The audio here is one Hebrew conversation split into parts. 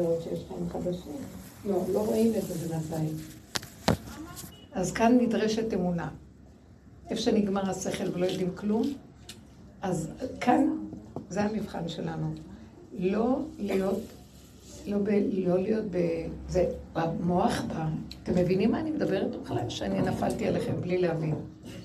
שיש חיים חדשים. לא רואים את זה בינתיים. אז כאן נדרשת אמונה. איפה שנגמר השכל ולא יודעים כלום, אז כאן זה המבחן שלנו. לא להיות זה במוח בא. אתם מבינים מה אני מדברת בכלל? שאני נפלתי עליכם בלי להבין.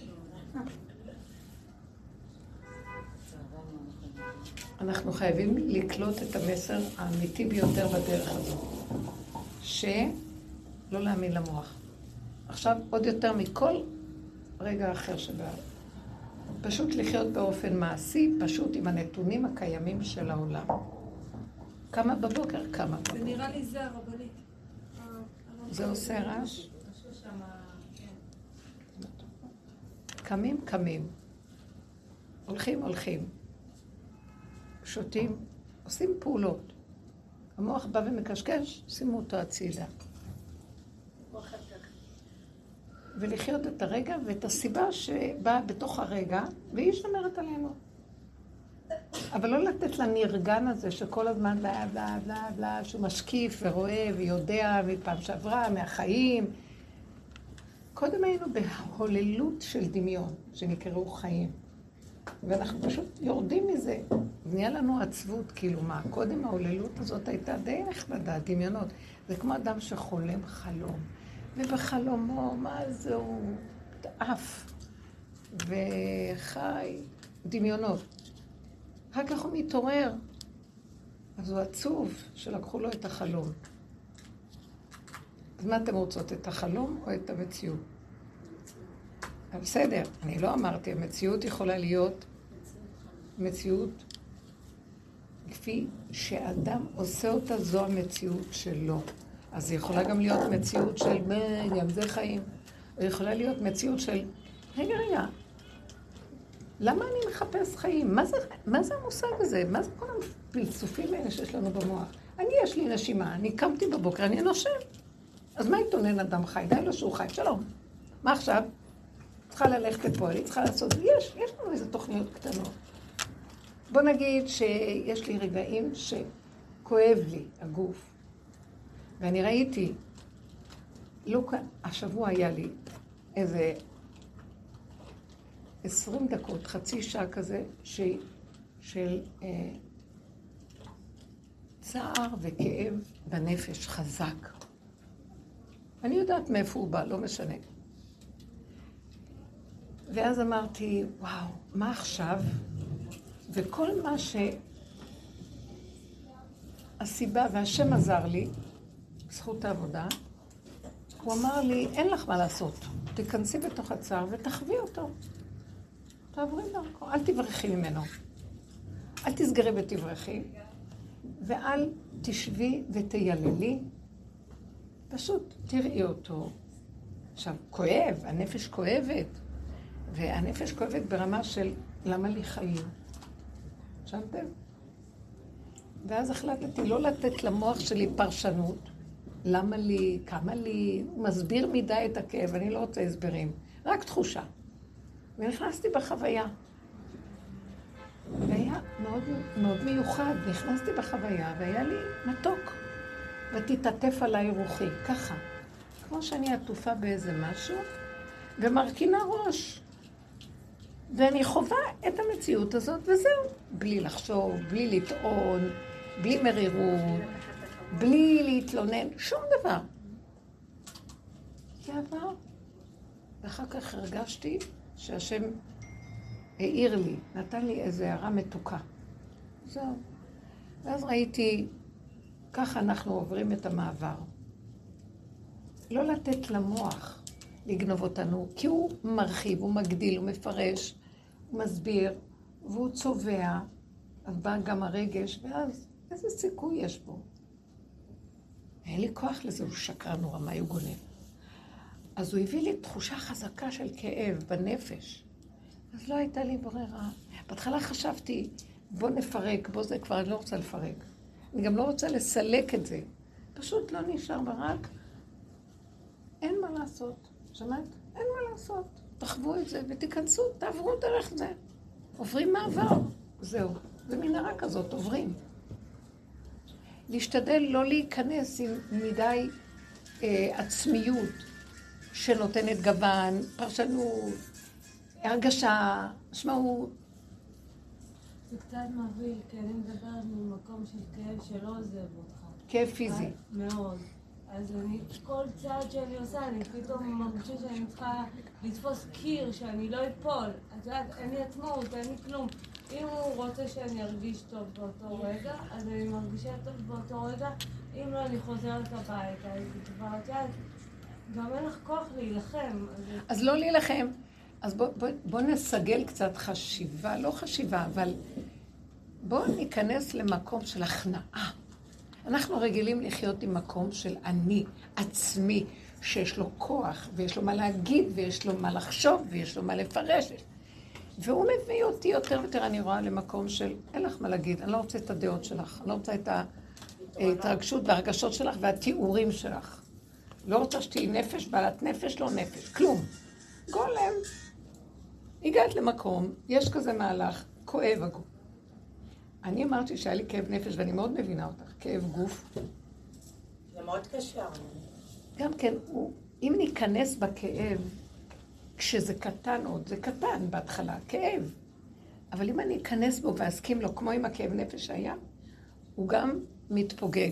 אנחנו חייבים לקלוט את המסר האמיתי ביותר בדרך הזאת. שלא להאמין למוח. עכשיו עוד יותר מכל רגע אחר שבא. פשוט לחיות באופן מעשי, פשוט עם הנתונים הקיימים של העולם. כמה בבוקר, כמה בבוקר. זה נראה לי זה הרבנית. זה עושה רעש? קמים. הולכים. שותים, עושים פעולות. המוח בא ומקשקש, שימו אותו הצידה. ולחיות את הרגע ואת הסיבה שבאה בתוך הרגע, והיא שומרת עלינו. אבל לא לתת לנרגן הזה שכל הזמן בלה, שהוא משקיף ורואה ויודע מפעם שעברה, מהחיים. קודם היינו בהוללות של דמיון, שנקראו חיים. ואנחנו פשוט יורדים מזה. נהיה לנו עצבות, כאילו מה? קודם ההוללות הזאת הייתה די נחמדה, דמיונות. זה כמו אדם שחולם חלום. ובחלומו, מה זה הוא? עף. וחי דמיונות. אחר כך הוא מתעורר. אז הוא עצוב שלקחו לו את החלום. אז מה אתם רוצות? את החלום או את המציאות? בסדר, אני לא אמרתי, המציאות יכולה להיות מציאות כפי שאדם עושה אותה, זו המציאות שלו. אז היא יכולה גם להיות מציאות של, גם זה חיים. היא יכולה להיות מציאות של, רגע, למה אני מחפש חיים? מה זה המושג הזה? מה זה כל הפלסופים האלה שיש לנו במוח? יש לי נשימה, אני קמתי בבוקר, אני נושם. אז מה יתונן אדם חי? די לו שהוא חי, שלום. מה עכשיו? צריכה ללכת לפה, אני צריכה לעשות, יש לנו איזה תוכניות קטנות. בוא נגיד שיש לי רגעים שכואב לי הגוף. ואני ראיתי, השבוע היה לי איזה 20 דקות, חצי שעה כזה, של צער וכאב בנפש חזק. אני יודעת מאיפה הוא בא, לא משנה. ואז אמרתי, וואו, מה עכשיו? וכל מה הסיבה, והשם עזר לי, זכות העבודה, הוא אמר לי, אין לך מה לעשות. תיכנסי בתוך הצער ותחווי אותו. תעברי דרכו, אל תברכי ממנו. אל תסגרי ותברכי, ואל תשבי ותייללי. פשוט תראי אותו. עכשיו, כואב, הנפש כואבת. והנפש כואבת ברמה של למה לי חיים. שמתם? ואז החלטתי לא לתת למוח שלי פרשנות. למה לי, כמה לי, הוא מסביר מדי את הכאב, אני לא רוצה הסברים. רק תחושה. ונכנסתי בחוויה. והיה מאוד, מאוד מיוחד. נכנסתי בחוויה והיה לי מתוק. ותתעטף עליי רוחי, ככה. כמו שאני עטופה באיזה משהו, ומרכינה ראש. ואני חווה את המציאות הזאת, וזהו. בלי לחשוב, בלי לטעון, בלי מרירות, בלי להתלונן, שום דבר. זה עבר. ואחר כך הרגשתי שהשם העיר לי, נתן לי איזו הערה מתוקה. זהו. ואז ראיתי, ככה אנחנו עוברים את המעבר. לא לתת למוח לגנוב אותנו, כי הוא מרחיב, הוא מגדיל, הוא מפרש, הוא מסביר, והוא צובע, אז בא גם הרגש, ואז איזה סיכוי יש בו? אין לי כוח לזה, הוא שקרן נורא, מה הוא גונב? אז הוא הביא לי תחושה חזקה של כאב בנפש. אז לא הייתה לי ברירה. בהתחלה חשבתי, בוא נפרק, בוא זה כבר, אני לא רוצה לפרק. אני גם לא רוצה לסלק את זה. פשוט לא נשאר ברק. אין מה לעשות. שמעת? אין מה לעשות. תחוו את זה ותיכנסו, תעברו דרך זה. עוברים מעבר. זהו. זה מנהרה כזאת, עוברים. להשתדל לא להיכנס עם מדי עצמיות שנותנת גוון, פרשנות, הרגשה, משמעות. זה קצת מביא, כי אני מדברת ממקום של כאב שלא עוזב אותך. כאב פיזי. מאוד. אז אני, כל צעד שאני עושה, אני פתאום מרגישה שאני צריכה לתפוס קיר, שאני לא אפול. את יודעת, אין לי עצמאות, אין לי כלום. אם הוא רוצה שאני ארגיש טוב באותו רגע, אז אני מרגישה טוב באותו רגע. אם לא, אני חוזרת הביתה. כבר, את יודעת, גם אין לך כוח להילחם. אז לא להילחם. אז בוא נסגל קצת חשיבה, לא חשיבה, אבל בוא ניכנס למקום של הכנעה. אנחנו רגילים לחיות עם מקום של אני, עצמי, שיש לו כוח, ויש לו מה להגיד, ויש לו מה לחשוב, ויש לו מה לפרש. והוא מביא אותי יותר ויותר, אני רואה למקום של, אין לך מה להגיד, אני לא רוצה את הדעות שלך, אני לא רוצה את ההתרגשות והרגשות שלך והתיאורים שלך. לא רוצה שתהי נפש, בעלת נפש, לא נפש, כלום. גולם. הגעת למקום, יש כזה מהלך, כואב הגוף. אני אמרתי שהיה לי כאב נפש, ואני מאוד מבינה אותך, כאב גוף. זה מאוד קשה. גם כן, אם ניכנס בכאב, כשזה קטן עוד, זה קטן בהתחלה, כאב. אבל אם אני אכנס בו ואסכים לו, כמו עם הכאב נפש היה, הוא גם מתפוגג.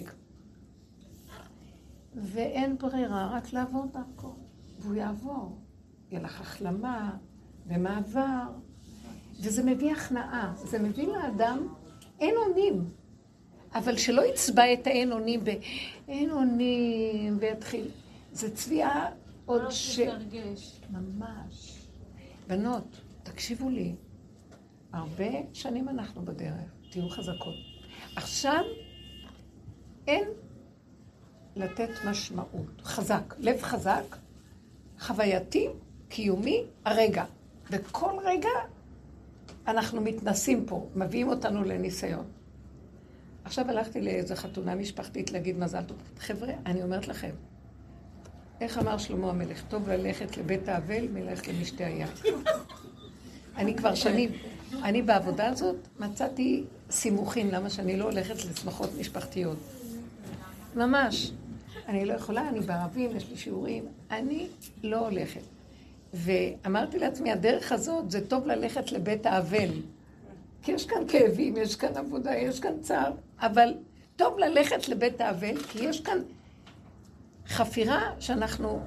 ואין ברירה, רק לעבור דרכו. והוא יעבור. יהיה לך החלמה ומעבר. וזה מביא הכנעה. זה מביא לאדם אין אונים. אבל שלא יצבע את האין אונים באין אונים ויתחיל. זה צביעה עוד ממש. בנות, תקשיבו לי. הרבה שנים אנחנו בדרך. תהיו חזקות. עכשיו אין לתת משמעות. חזק. לב חזק. חווייתי, קיומי, הרגע. וכל רגע אנחנו מתנסים פה, מביאים אותנו לניסיון. עכשיו הלכתי לאיזו חתונה משפחתית להגיד מזל טוב. חבר'ה, אני אומרת לכם, איך אמר שלמה המלך, טוב ללכת לבית האבל מלכת למשתה היין. אני כבר שנים, אני בעבודה הזאת מצאתי סימוכים, למה שאני לא הולכת לשמחות משפחתיות. ממש. אני לא יכולה, אני בערבים, יש לי שיעורים, אני לא הולכת. ואמרתי לעצמי, הדרך הזאת זה טוב ללכת לבית האבל. כי יש כאן כאבים, יש כאן עבודה, יש כאן צער, אבל טוב ללכת לבית האבל, כי יש כאן חפירה שאנחנו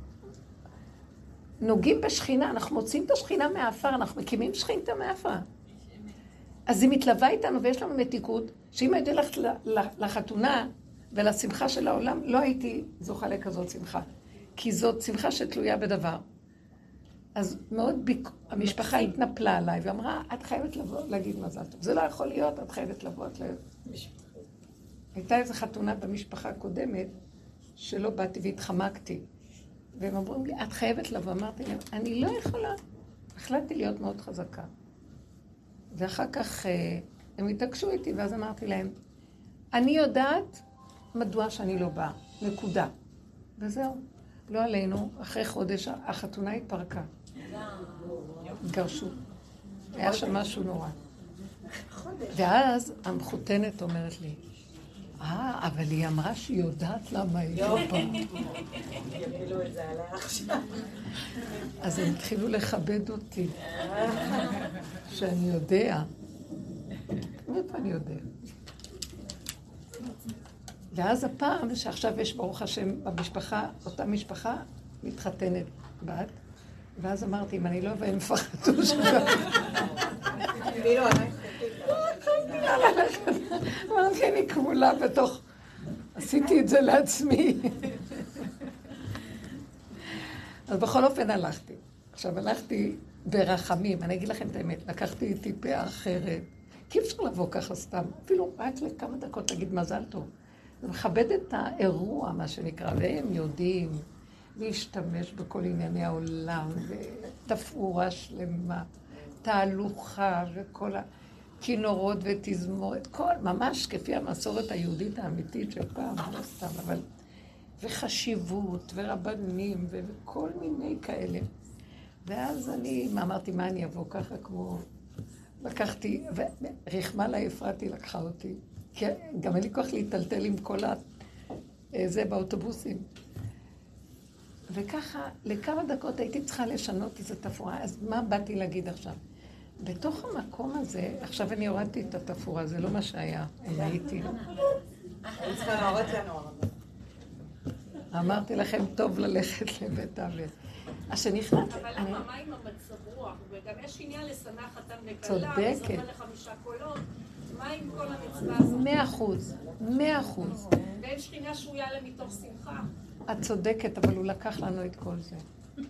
נוגעים בשכינה, אנחנו מוצאים את השכינה מהאפר, אנחנו מקימים שכינתה מהאפר. אז היא מתלווה איתנו ויש לנו מתיקות, שאם הייתי הולכת לחתונה ולשמחה של העולם, לא הייתי זוכה לכזאת שמחה. כי זאת שמחה שתלויה בדבר. אז מאוד המשפחה התנפלה עליי ואמרה, את חייבת לבוא להגיד מזל טוב. זה לא יכול להיות, את חייבת לבוא. הייתה איזו חתונה במשפחה הקודמת, שלא באתי והתחמקתי. והם אמרו לי, את חייבת לבוא. אמרתי להם, אני לא יכולה. החלטתי להיות מאוד חזקה. ואחר כך הם התעקשו איתי, ואז אמרתי להם, אני יודעת מדוע שאני לא באה. נקודה. וזהו. לא עלינו, אחרי חודש החתונה התפרקה. גרשו. היה שם משהו נורא. ואז המחותנת אומרת לי, אבל היא אמרה שהיא יודעת למה היא לא באה. יפילו את זה עליה עכשיו. אז הם התחילו לכבד אותי. שאני יודע. מאיפה אני יודע? ואז הפעם שעכשיו יש ברוך השם במשפחה, אותה משפחה מתחתנת בת, ואז אמרתי, אם אני לא אבוא, הם מפחדו שלה. אמרתי, אני כמולה בתוך... עשיתי את זה לעצמי. אז בכל אופן הלכתי. עכשיו הלכתי ברחמים, אני אגיד לכם את האמת, לקחתי איתי פאה אחרת, כי אפשר לבוא ככה סתם, אפילו רק לכמה דקות להגיד מזל טוב. זה מכבד את האירוע, מה שנקרא, והם יודעים להשתמש בכל ענייני העולם, ותפאורה שלמה, תהלוכה וכל הכינורות ותזמורת, כל, ממש כפי המסורת היהודית האמיתית של פעם, לא סתם, אבל... וחשיבות, ורבנים, וכל מיני כאלה. ואז אני אמרתי, מה אני אבוא ככה כמו... לקחתי, ורחמה לה אפרתי לקחה אותי. כי גם אין לי כוח להתטלטל עם כל זה באוטובוסים. וככה, לכמה דקות הייתי צריכה לשנות איזו תפאורה, אז מה באתי להגיד עכשיו? בתוך המקום הזה, עכשיו אני הורדתי את התפאורה, זה לא מה שהיה, אם הייתי. אני צריכה להראות לנו הרבה. אמרתי לכם, טוב ללכת לבית אבן. אז שנכנעת... אבל למה, מה עם המצב רוח? וגם יש עניין לשמח חתן וכלה, צודקת. וזוכה ל5 קולות. מה עם כל המצווה הזאת? 100%. ואין שכינה שרויה לה מתוך שמחה. את צודקת, אבל הוא לקח לנו את כל זה.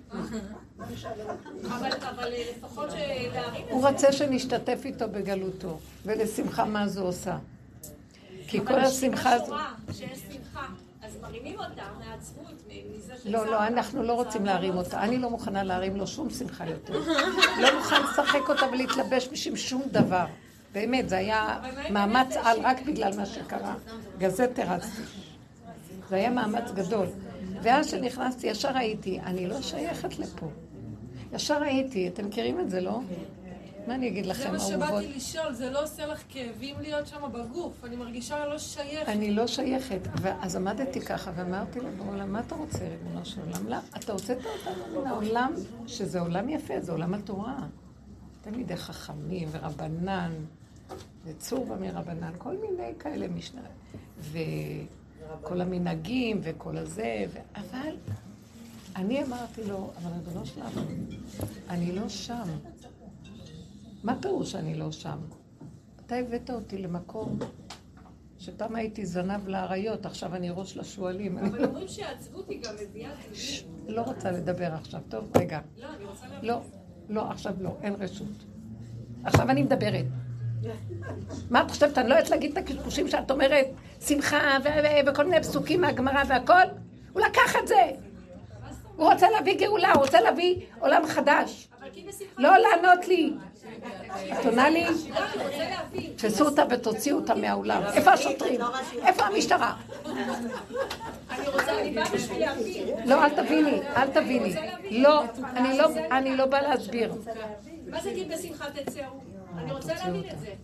אבל לפחות להרים את הוא זה. רוצה שנשתתף איתו בגלותו, ולשמחה מה זו עושה. כי כל השמחה הזו... שיש שמחה, אז מרימים אותה מהעצבות, מזה של לא, אנחנו לא רוצים להרים אותה. אני לא מוכנה להרים לו שום שמחה יותר. לא מוכן לשחק אותה ולהתלבש בשביל שום דבר. באמת, זה היה מאמץ על רק בגלל מה שקרה. גזת תרצתי. זה היה מאמץ גדול. ואז שנכנסתי, ישר הייתי, אני לא שייכת לפה. ישר הייתי, אתם מכירים את זה, לא? מה אני אגיד לכם, זה אהובות? מה שבאתי לשאול, זה לא עושה לך כאבים להיות שם בגוף, אני מרגישה לא שייכת. אני לא שייכת. אז עמדתי ככה ואמרתי לבעולם, מה אתה רוצה, ריבונו של עולם? לא, אתה הוצאת אותנו מן העולם, שזה עולם יפה, זה עולם התורה. תלמידי חכמים ורבנן, וצורבה מרבנן, כל מיני כאלה משנה. וכל המנהגים וכל הזה, אבל אני אמרתי לו, אבל ריבונו שלנו, אני לא שם. מה פירוש אני לא שם? אתה הבאת אותי למקום שפעם הייתי זנב לאריות, עכשיו אני ראש לשואלים. אבל אומרים שהעצבות היא גם מביאה תמיד. לא רוצה לדבר עכשיו, טוב, רגע. לא, אני רוצה להבין. לא, עכשיו לא, אין רשות. עכשיו אני מדברת. מה את חושבת, אני לא יודעת להגיד את הקשקושים שאת אומרת, שמחה וכל מיני פסוקים מהגמרא והכל? הוא לקח את זה. הוא רוצה להביא גאולה, הוא רוצה להביא עולם חדש. לא לענות לי. את עונה לי? תפסו אותה ותוציאו אותה מהאולם. איפה השוטרים? איפה המשטרה? אני באה בשביל להבין. לא, אל תביני. לא, אני לא באה להסביר. מה זה גיד בשמחה תצאו? אני רוצה להבין את זה.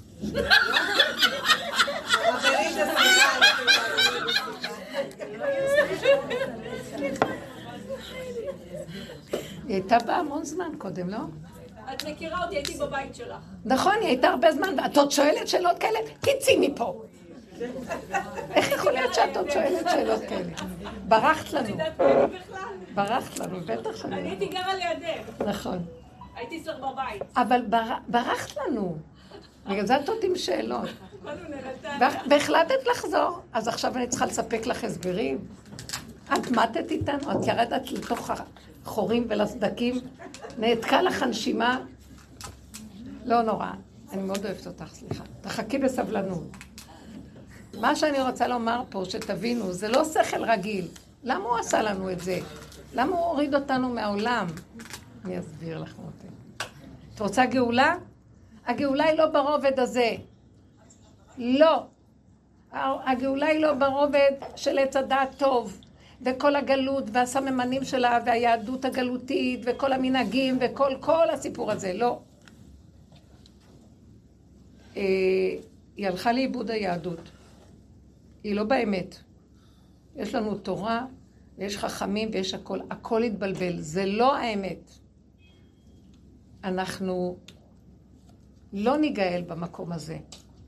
היא הייתה באה המון זמן קודם, לא? את מכירה אותי, הייתי בבית שלך. נכון, היא הייתה הרבה זמן, ואת עוד שואלת שאלות כאלה? תצאי מפה. איך יכול להיות שאת עוד שואלת שאלות כאלה? ברחת לנו. ברחת לנו, בטח שאני... אני הייתי גרה לידך. נכון. הייתי אצלך בבית. אבל ברחת לנו. בגלל זה את עוד עם שאלות. כל מיני נתן. והחלטת לחזור, אז עכשיו אני צריכה לספק לך הסברים. את מתת איתנו, את ירדת לתוך החורים ולסדקים, נעתקה לך הנשימה. לא נורא, אני מאוד אוהבת אותך, סליחה. תחכי בסבלנות. מה שאני רוצה לומר פה, שתבינו, זה לא שכל רגיל. למה הוא עשה לנו את זה? למה הוא הוריד אותנו מהעולם? אני אסביר לך אותי. את רוצה גאולה? הגאולה היא לא ברובד הזה. לא. הגאולה היא לא ברובד של עץ הדעת טוב. וכל הגלות והסממנים שלה והיהדות הגלותית וכל המנהגים וכל הסיפור הזה. לא. היא הלכה לאיבוד היהדות. היא לא באמת. יש לנו תורה ויש חכמים ויש הכל. הכל התבלבל. זה לא האמת. אנחנו לא ניגאל במקום הזה.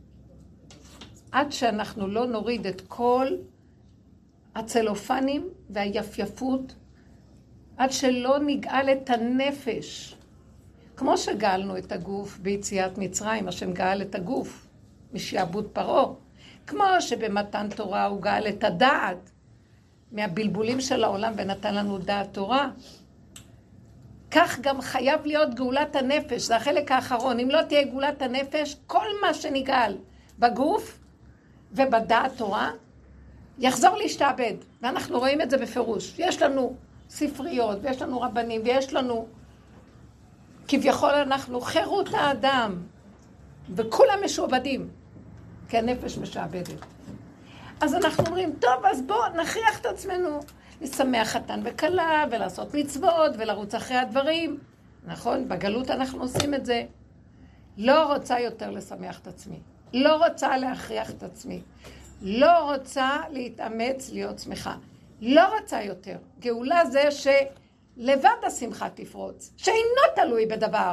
עד שאנחנו לא נוריד את כל הצלופנים והיפייפות, עד שלא נגאל את הנפש. כמו שגאלנו את הגוף ביציאת מצרים, השם גאל את הגוף משעבוד פרעה. כמו שבמתן תורה הוא גאל את הדעת מהבלבולים של העולם ונתן לנו דעת תורה. כך גם חייב להיות גאולת הנפש, זה החלק האחרון. אם לא תהיה גאולת הנפש, כל מה שנגאל בגוף ובדעת תורה, יחזור להשתעבד. ואנחנו רואים את זה בפירוש. יש לנו ספריות, ויש לנו רבנים, ויש לנו, כביכול אנחנו חירות האדם, וכולם משועבדים, כי הנפש משעבדת. אז אנחנו אומרים, טוב, אז בואו נכריח את עצמנו לשמח חתן וכלה, ולעשות מצוות, ולרוץ אחרי הדברים. נכון? בגלות אנחנו עושים את זה. לא רוצה יותר לשמח את עצמי. לא רוצה להכריח את עצמי. לא רוצה להתאמץ להיות שמחה. לא רוצה יותר. גאולה זה שלבד השמחה תפרוץ. שאינו תלוי בדבר.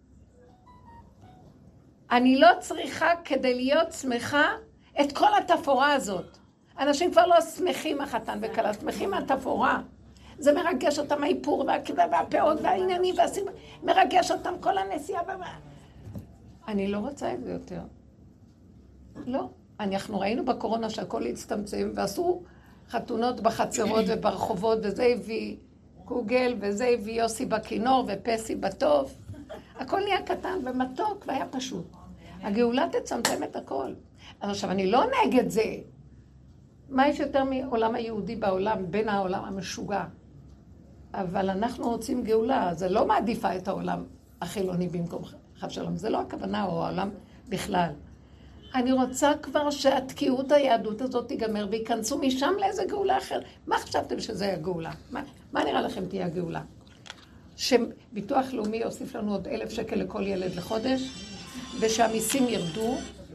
אני לא צריכה כדי להיות שמחה את כל התפאורה הזאת. אנשים כבר לא שמחים החתן וכלה, שמחים מהתפאורה. זה מרגש אותם האיפור והפאות והעניינים והסיבה. מרגש אותם כל הנסיעה. אני לא רוצה את זה יותר. לא. אנחנו ראינו בקורונה שהכל הצטמצם ועשו חתונות בחצרות וברחובות, וזה הביא קוגל וזה הביא יוסי בכינור ופסי בטוב. הכל נהיה קטן ומתוק והיה פשוט. הגאולה תצמצם את הכל. אז עכשיו אני לא נגד זה. מה יש יותר מעולם היהודי בעולם, בין העולם המשוגע? אבל אנחנו רוצים גאולה, זה לא מעדיפה את העולם החילוני במקום חב שלום. זה לא הכוונה או העולם בכלל. אני רוצה כבר שהתקיעות היהדות הזאת תיגמר ויכנסו משם לאיזה גאולה אחרת. מה חשבתם שזה הגאולה? מה נראה לכם תהיה הגאולה? שביטוח לאומי יוסיף לנו עוד 1,000 שקל לכל ילד לחודש, ושהמיסים ירדו,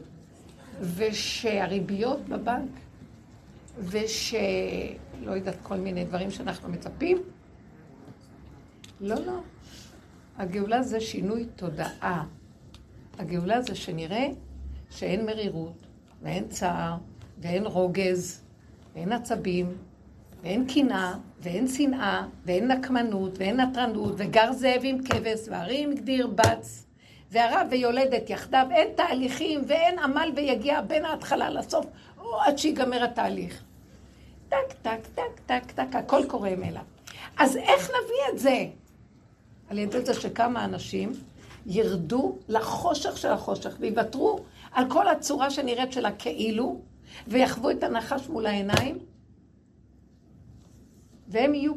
ושהריביות בבנק, לא יודעת כל מיני דברים שאנחנו מצפים? לא, לא. הגאולה זה שינוי תודעה. הגאולה זה שנראה שאין מרירות, ואין צער, ואין רוגז, ואין עצבים, ואין קנאה, ואין שנאה, ואין נקמנות, ואין נטרנות, וגר זאב עם כבש, והרים גדיר בץ, והרב ויולדת יחדיו, אין תהליכים, ואין עמל ויגיע בין ההתחלה לסוף, או עד שיגמר התהליך. טק, טק, טק, טק, טק, הכל קורה מאליו. אז איך נביא את זה? על ידי זה שכמה אנשים ירדו לחושך של החושך, ויוותרו על כל הצורה שנראית שלה כאילו, ויחוו את הנחש מול העיניים, והם יהיו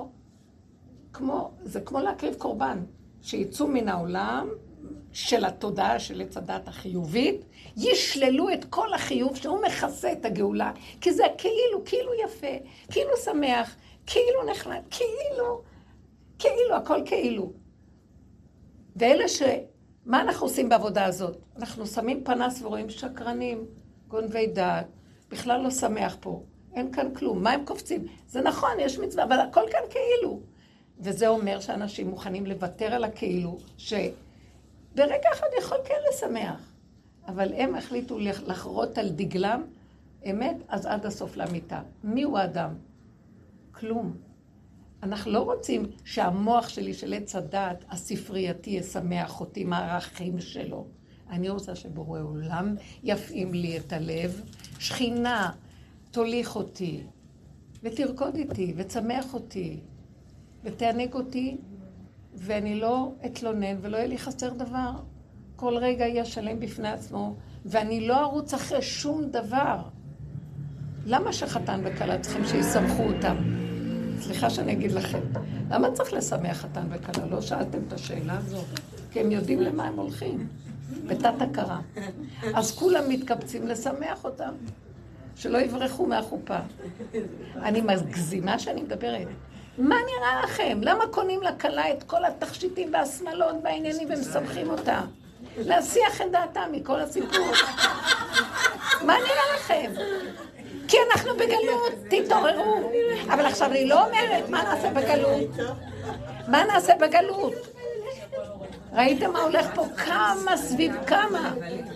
זה כמו להקריב קורבן, שיצאו מן העולם של התודעה של עץ הדת החיובית, ישללו את כל החיוב שהוא מכסה את הגאולה, כי זה כאילו יפה, כאילו שמח, כאילו נחמד, כאילו, הכל כאילו. ואלה מה אנחנו עושים בעבודה הזאת? אנחנו שמים פנס ורואים שקרנים, גונבי דעת, בכלל לא שמח פה, אין כאן כלום, מה הם קופצים? זה נכון, יש מצווה, אבל הכל כאן כאילו. וזה אומר שאנשים מוכנים לוותר על הכאילו, שברגע אחד יכול כן לשמח. אבל הם החליטו לחרות על דגלם, אמת, אז עד הסוף למיטה. מי הוא האדם? כלום. אנחנו לא רוצים שהמוח שלי של עץ הדעת הספרייתי ישמח אותי מהערכים שלו. אני רוצה שבורא עולם יפעים לי את הלב, שכינה תוליך אותי ותרקוד איתי וצמח אותי ותענג אותי, ואני לא אתלונן ולא יהיה לי חסר דבר. כל רגע יהיה שלם בפני עצמו, ואני לא ארוץ אחרי שום דבר. למה שחתן וכלה צריכים שישמחו אותם? סליחה שאני אגיד לכם, למה צריך לשמח חתן וכלה? לא שאלתם את השאלה הזאת, כי הם יודעים למה הם הולכים, בתת הכרה. אז כולם מתקבצים לשמח אותם, שלא יברחו מהחופה. אני מגזימה שאני מדברת. מה נראה לכם? למה קונים לכלה את כל התכשיטים והשמלות והעניינים ומשמחים אותה? להסיח את דעתה מכל הסיפור. מה נראה לכם? כי אנחנו בגלות, תתעוררו. אבל עכשיו אני לא אומרת, מה נעשה בגלות? מה נעשה בגלות? ראיתם מה הולך פה? כמה סביב כמה?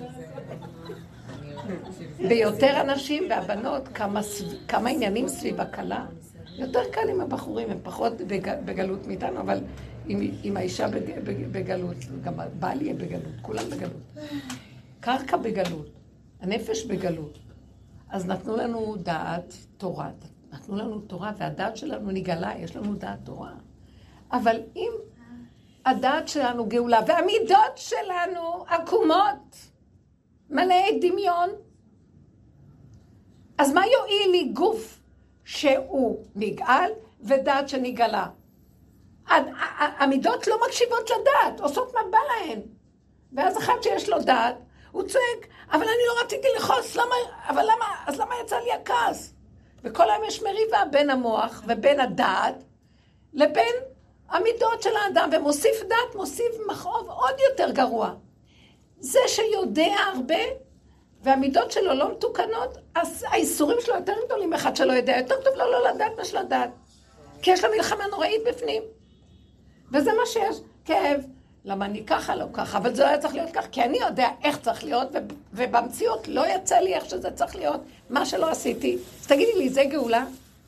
ביותר אנשים והבנות, כמה עניינים סביב הכלה. יותר קל עם הבחורים, הם פחות בגלות מאיתנו, אבל עם האישה בגלות, גם הבעל יהיה בגלות, כולם בגלות. קרקע בגלות, הנפש בגלות. אז נתנו לנו דעת תורה, נתנו לנו תורה, והדעת שלנו נגלה, יש לנו דעת תורה. אבל אם הדעת שלנו גאולה, והמידות שלנו עקומות, מלאי דמיון, אז מה יועיל לי גוף שהוא נגאל ודעת שנגלה? המידות לא מקשיבות לדעת, עושות מה בא להן. ואז אחד שיש לו דעת, הוא צועק, אבל אני לא רציתי לחוס, אז למה יצא לי הכעס? וכל היום יש מריבה בין המוח ובין הדעת לבין המידות של האדם, ומוסיף דעת, מוסיף מכאוב עוד יותר גרוע. זה שיודע הרבה, והמידות שלו לא מתוקנות, אז האיסורים שלו יותר גדולים. אחד שלא יודע, יותר טוב לו לא לדעת מה שלא לדעת. כי יש לו מלחמה נוראית בפנים. וזה מה שיש, כאב. למה אני ככה, לא ככה, אבל זה לא היה צריך להיות כך, כי אני יודע איך צריך להיות, ובמציאות לא יצא לי איך שזה צריך להיות, מה שלא עשיתי. אז תגידי לי, זה גאולה?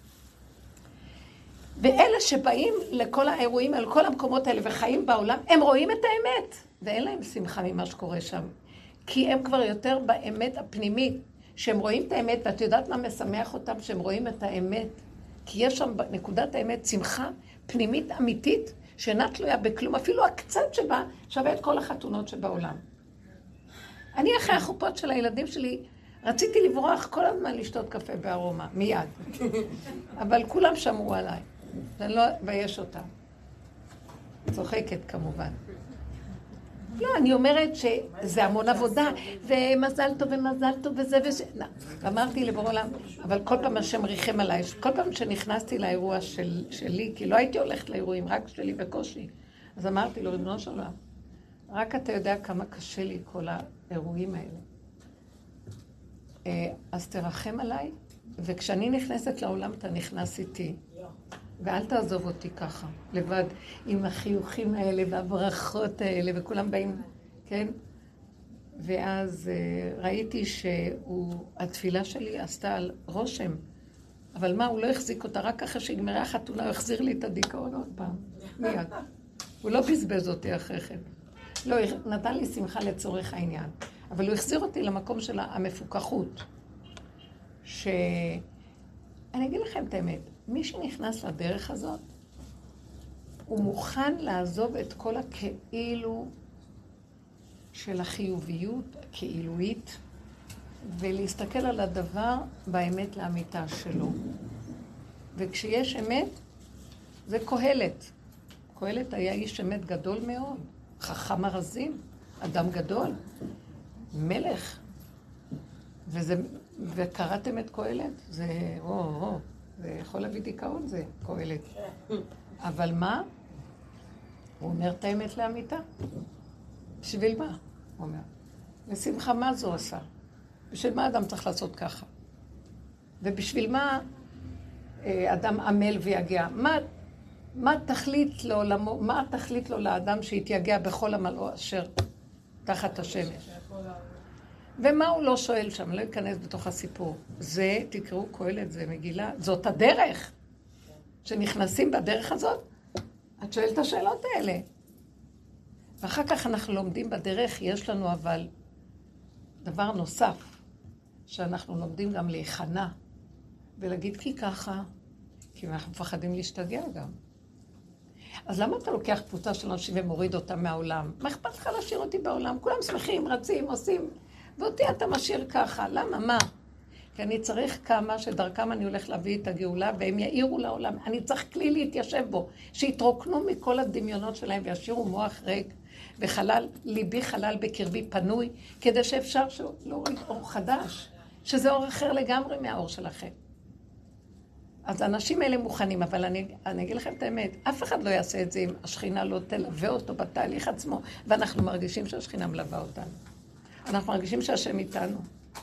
ואלה שבאים לכל האירועים, על כל המקומות האלה וחיים בעולם, הם רואים את האמת, ואין להם שמחה ממה שקורה שם. כי הם כבר יותר באמת הפנימית, שהם רואים את האמת, ואת יודעת מה משמח אותם, שהם רואים את האמת. כי יש שם בנקודת האמת שמחה פנימית אמיתית, שאינה תלויה בכלום, אפילו הקצת שבה שווה את כל החתונות שבעולם. אני אחרי החופות של הילדים שלי, רציתי לברוח כל הזמן לשתות קפה בארומה, מיד. אבל כולם שמרו עליי, ואני לא אבייש אותם. צוחקת כמובן. לא, אני אומרת שזה המון עבודה, ומזל טוב ומזל טוב וזה וזה. אמרתי לבורא עולם, אבל כל פעם השם ריחם עליי, כל פעם שנכנסתי לאירוע שלי, כי לא הייתי הולכת לאירועים, רק שלי בקושי. אז אמרתי לו, ריבונו של עולם, רק אתה יודע כמה קשה לי כל האירועים האלה. אז תרחם עליי, וכשאני נכנסת לעולם, אתה נכנס איתי. ואל תעזוב אותי ככה, לבד, עם החיוכים האלה והברכות האלה, וכולם באים, כן? ואז ראיתי שהתפילה שלי עשתה על רושם, אבל מה, הוא לא החזיק אותה, רק אחרי שהגמרה החתונה, הוא החזיר לי את הדיכאון עוד פעם, מיד. הוא לא בזבז אותי אחרי כן. לא, נתן לי שמחה לצורך העניין, אבל הוא החזיר אותי למקום של המפוקחות, אני אגיד לכם את האמת, מי שנכנס לדרך הזאת, הוא מוכן לעזוב את כל הכאילו של החיוביות, הכאילוית, ולהסתכל על הדבר באמת לאמיתה שלו. וכשיש אמת, זה קהלת. קהלת היה איש אמת גדול מאוד, חכם ארזים, אדם גדול, מלך. וקראתם את קהלת? זה, זה יכול להביא דיכאון, זה קהלת. אבל מה? הוא אומר את האמת לאמיתה. בשביל מה? הוא אומר. לשמחה מה זו עושה? בשביל מה אדם צריך לעשות ככה? ובשביל מה אדם עמל ויגע? מה תכלית לו לאדם שיתייגע בכל המלוא אשר תחת השמש? ומה הוא לא שואל שם? לא ייכנס בתוך הסיפור. זה, תקראו קהלת, זה מגילה, זאת הדרך. שנכנסים בדרך הזאת, את שואלת את השאלות האלה. ואחר כך אנחנו לומדים בדרך, יש לנו אבל דבר נוסף, שאנחנו לומדים גם להיכנע, ולהגיד כי ככה, כי אנחנו מפחדים להשתגע גם. אז למה אתה לוקח קבוצה של אנשים ומוריד אותם מהעולם? מה אכפת לך להשאיר אותי בעולם? כולם שמחים, רצים, עושים, ואותי אתה משאיר ככה. למה? מה? כי אני צריך כמה שדרכם אני הולך להביא את הגאולה, והם יאירו לעולם. אני צריך כלי להתיישב בו, שיתרוקנו מכל הדמיונות שלהם וישאירו מוח ריק, וחלל, ליבי חלל בקרבי פנוי, כדי שאפשר להוריד אור חדש, שזה אור אחר לגמרי מהאור שלכם. אז האנשים האלה מוכנים, אבל אני אגיד לכם את האמת, אף אחד לא יעשה את זה אם השכינה לא תלווה אותו בתהליך עצמו, ואנחנו מרגישים שהשכינה מלווה אותנו. אנחנו מרגישים שהשם איתנו.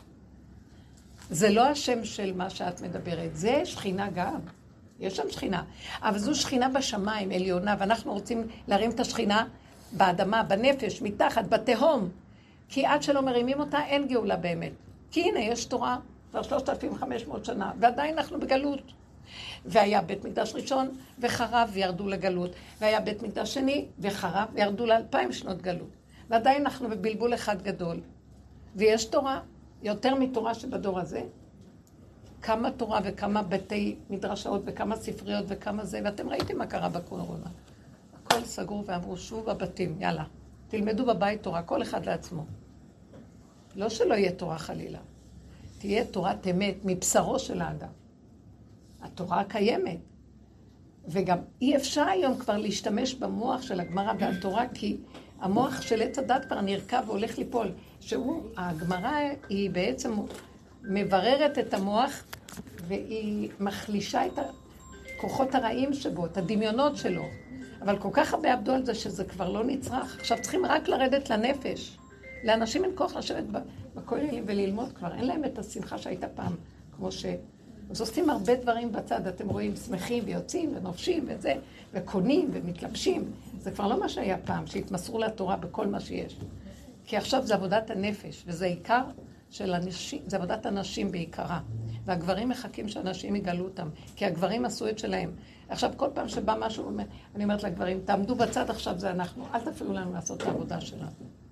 זה לא השם של מה שאת מדברת, זה שכינה גם. יש שם שכינה, אבל זו שכינה בשמיים, עליונה, ואנחנו רוצים להרים את השכינה באדמה, בנפש, מתחת, בתהום. כי עד שלא מרימים אותה, אין גאולה באמת. כי הנה, יש תורה כבר 3,500 שנה, ועדיין אנחנו בגלות. והיה בית מקדש ראשון וחרב וירדו לגלות, והיה בית מקדש שני וחרב וירדו ל2,000 שנות גלות. ועדיין אנחנו בבלבול אחד גדול. ויש תורה, יותר מתורה שבדור הזה, כמה תורה וכמה בתי מדרשות וכמה ספריות וכמה זה, ואתם ראיתם מה קרה בקורונה. הכל סגור ואמרו, שוב בבתים, יאללה, תלמדו בבית תורה, כל אחד לעצמו. לא שלא יהיה תורה חלילה, תהיה תורת אמת מבשרו של האדם. התורה קיימת, וגם אי אפשר היום כבר להשתמש במוח של הגמרא והתורה, כי המוח של עץ הדת כבר נרכב והולך ליפול, הגמרא היא בעצם מבררת את המוח, והיא מחלישה את הכוחות הרעים שבו, את הדמיונות שלו. אבל כל כך הרבה עבדו על זה שזה כבר לא נצרך. עכשיו צריכים רק לרדת לנפש. לאנשים אין כוח לשבת בכוללים וללמוד כבר. אין להם את השמחה שהייתה פעם, כמו ש... אז עושים הרבה דברים בצד, אתם רואים, שמחים ויוצאים ונופשים וזה, וקונים ומתלבשים. זה כבר לא מה שהיה פעם, שהתמסרו לתורה בכל מה שיש. כי עכשיו זה עבודת הנפש, וזה עיקר של הנשים, זה עבודת הנשים בעיקרה. והגברים מחכים שאנשים יגלו אותם, כי הגברים עשו את שלהם. עכשיו, כל פעם שבא משהו, אני אומרת לגברים, תעמדו בצד, עכשיו זה אנחנו, אל תפעילו לנו לעשות את העבודה שלנו.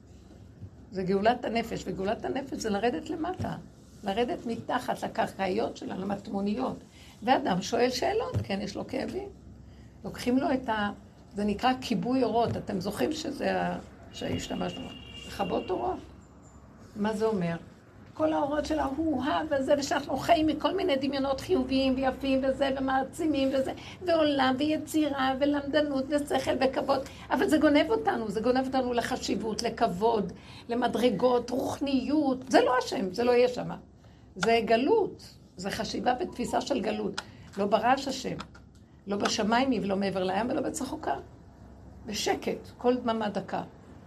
זה גאולת הנפש, וגאולת הנפש זה לרדת למטה. לרדת מתחת לקרקעיות שלנו, למטמוניות. ואדם שואל שאלות, כן, יש לו כאבים. לוקחים לו את ה... זה נקרא כיבוי אורות. אתם זוכרים שזה שהשתמשנו? לכבות אורות. מה זה אומר? כל האורות של ההוא-הא וזה, ושאנחנו חיים מכל מיני דמיונות חיוביים ויפים וזה, ומעצימים וזה, ועולם ויצירה ולמדנות ושכל וכבוד. אבל זה גונב אותנו, זה גונב אותנו לחשיבות, לכבוד, למדרגות, רוחניות. זה לא השם, זה לא יהיה שם. זה גלות, זה חשיבה ותפיסה של גלות. לא ברעש השם, לא בשמיים ולא מעבר לים ולא בצחוקה. בשקט, כל דממה דקה.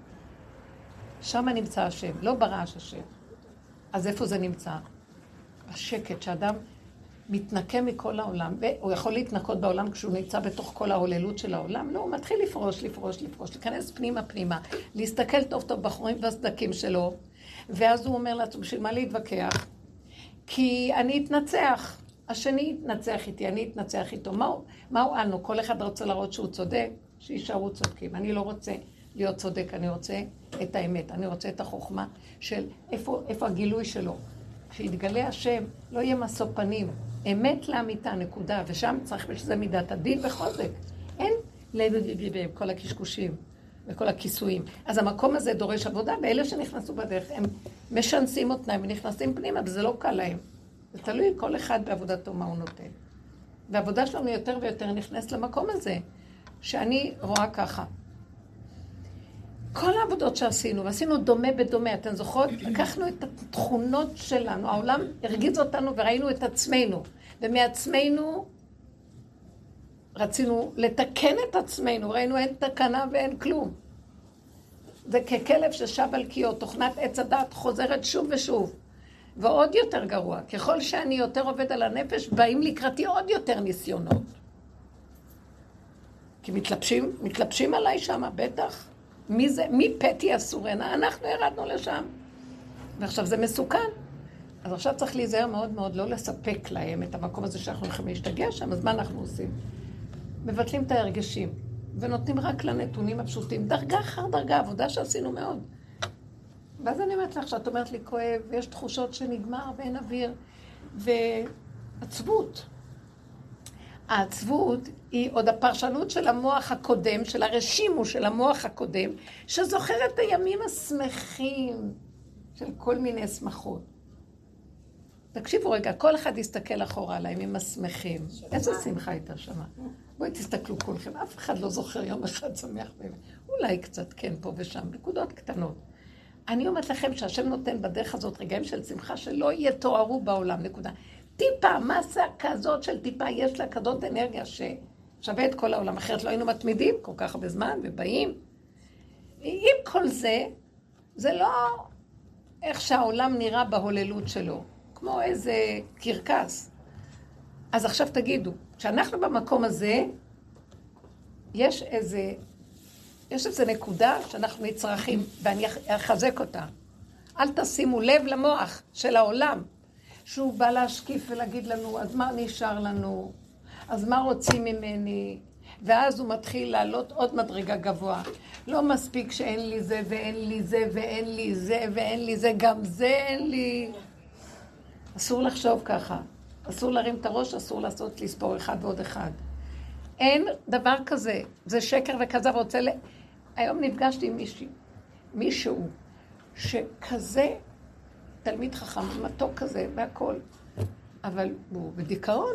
שם נמצא השם, לא ברעש השם. אז איפה זה נמצא? השקט, שאדם מתנקה מכל העולם, והוא יכול להתנקות בעולם כשהוא נמצא בתוך כל ההוללות של העולם, לא, הוא מתחיל לפרוש, להיכנס פנימה, להסתכל טוב טוב בחורים והסדקים שלו, ואז הוא אומר לעצמו, בשביל מה להתווכח? כי אני אתנצח, השני יתנצח איתי, אני אתנצח איתו. מה הועלנו? כל אחד רוצה להראות שהוא צודק, שישארו צודקים. אני לא רוצה להיות צודק, אני רוצה את האמת, אני רוצה את החוכמה של איפה הגילוי שלו. כשיתגלה השם, לא יהיה משוא פנים, אמת לאמיתה, נקודה, ושם צריך בשביל מידת הדין וחוזק. אין כל הקשקושים וכל הכיסויים. אז המקום הזה דורש עבודה, ואלה שנכנסו בדרך, הם משנסים אותם ונכנסים פנימה, וזה לא קל להם. זה תלוי כל אחד בעבודתו מה הוא נותן. והעבודה שלנו יותר ויותר נכנס למקום הזה, שאני רואה ככה. כל העבודות שעשינו, ועשינו דומה בדומה, אתן זוכרות? לקחנו את התכונות שלנו, העולם הרגיז אותנו וראינו את עצמנו, ומעצמנו רצינו לתקן את עצמנו, ראינו אין תקנה ואין כלום. זה ככלב ששב על קיו, תוכנת עץ הדת חוזרת שוב ושוב, ועוד יותר גרוע. ככל שאני יותר עובד על הנפש, באים לקראתי עוד יותר ניסיונות. כי מתלבשים עליי שם, בטח. מי פתי אסורנה? אנחנו ירדנו לשם. ועכשיו זה מסוכן. אז עכשיו צריך להיזהר מאוד מאוד לא לספק להם את המקום הזה שאנחנו הולכים להשתגע שם, אז מה אנחנו עושים? מבטלים את ההרגשים, ונותנים רק לנתונים הפשוטים, דרגה אחר דרגה, עבודה שעשינו מאוד. ואז אני אומרת לך, שאת אומרת לי כואב, ויש תחושות שנגמר ואין אוויר, ועצבות. העצבות היא עוד הפרשנות של המוח הקודם, של הרשימו של המוח הקודם, שזוכר את הימים השמחים של כל מיני שמחות. תקשיבו רגע, כל אחד יסתכל אחורה על הימים השמחים. איזה שמחה הייתה שמה? בואי תסתכלו כולכם, אף אחד לא זוכר יום אחד שמח באמת. אולי קצת כן פה ושם, נקודות קטנות. אני אומרת לכם שהשם נותן בדרך הזאת רגעים של שמחה שלא יתוארו בעולם, נקודה. טיפה, מסה כזאת של טיפה, יש לה כזאת אנרגיה ששווה את כל העולם, אחרת לא היינו מתמידים כל כך הרבה זמן ובאים. עם כל זה, זה לא איך שהעולם נראה בהוללות שלו, כמו איזה קרקס. אז עכשיו תגידו, כשאנחנו במקום הזה, יש איזה נקודה שאנחנו נצרכים, ואני אחזק אותה. אל תשימו לב למוח של העולם, שהוא בא להשקיף ולהגיד לנו, אז מה נשאר לנו? אז מה רוצים ממני? ואז הוא מתחיל לעלות עוד מדרגה גבוה. לא מספיק שאין לי זה ואין לי זה ואין לי זה ואין לי זה, גם זה אין לי. אסור לחשוב ככה. אסור להרים את הראש, אסור לספור אחד ועוד אחד. אין דבר כזה. זה שקר וכזב. היום נפגשתי עם מישהו שכזה תלמיד חכם, מתוק כזה, והכל. אבל הוא בדיכאון.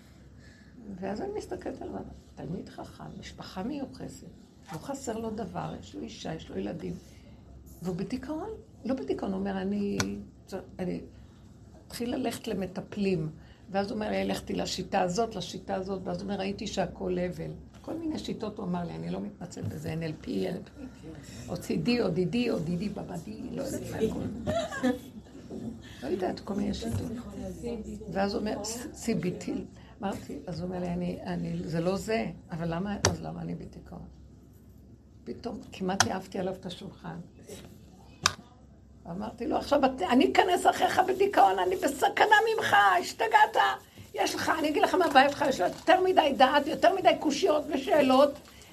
ואז אני מסתכלת על תלמיד חכם, משפחה מיוחסת. לא חסר לו דבר, יש לו אישה, יש לו ילדים. והוא בדיכאון. לא בדיכאון, הוא אומר, אני התחיל ללכת למטפלים. ואז הוא אומר, הלכתי לשיטה הזאת, ואז הוא אומר, ראיתי שהכל הבל. כל מיני שיטות הוא אמר לי, אני לא מתמצל בזה, NLP, או CDD, או DD, או DD בבדי, לא יודעת מה הכל. לא יודעת, כל מיני שיטות. ואז הוא אומר, CBT. אמרתי, אז הוא אומר לי, זה לא זה, אבל אז למה אני בדיכאון? פתאום כמעט העפתי עליו את השולחן. אמרתי לו, עכשיו אני אכנס אחריך בדיכאון, אני בסכנה ממך, השתגעת. יש לך, אני אגיד לך מה הבעיה שלך, יש לך יותר מדי דעת, יותר מדי קושיות ושאלות,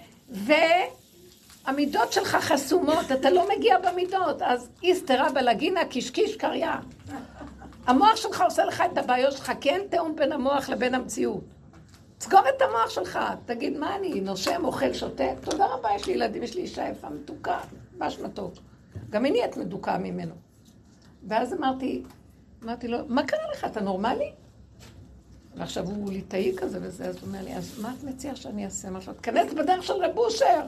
והמידות שלך חסומות, אתה לא מגיע במידות, אז איסתרה בלגינה, קשקיש קריה. המוח שלך עושה לך את הבעיות שלך, כי אין תאום בין המוח לבין המציאות. תסגור את המוח שלך, תגיד מה אני, נושם, אוכל, שותה, תודה רבה, יש לי ילדים, יש לי אישה יפה, מתוקה, ממש מתוק. גם אני את מדוקה ממנו. ואז אמרתי לו, מה קרה לך, אתה נורמלי? ועכשיו הוא ליטאי כזה וזה, אז הוא אומר לי, אז מה את מציעה שאני אעשה משהו? תכנס בדרך של רב אושר.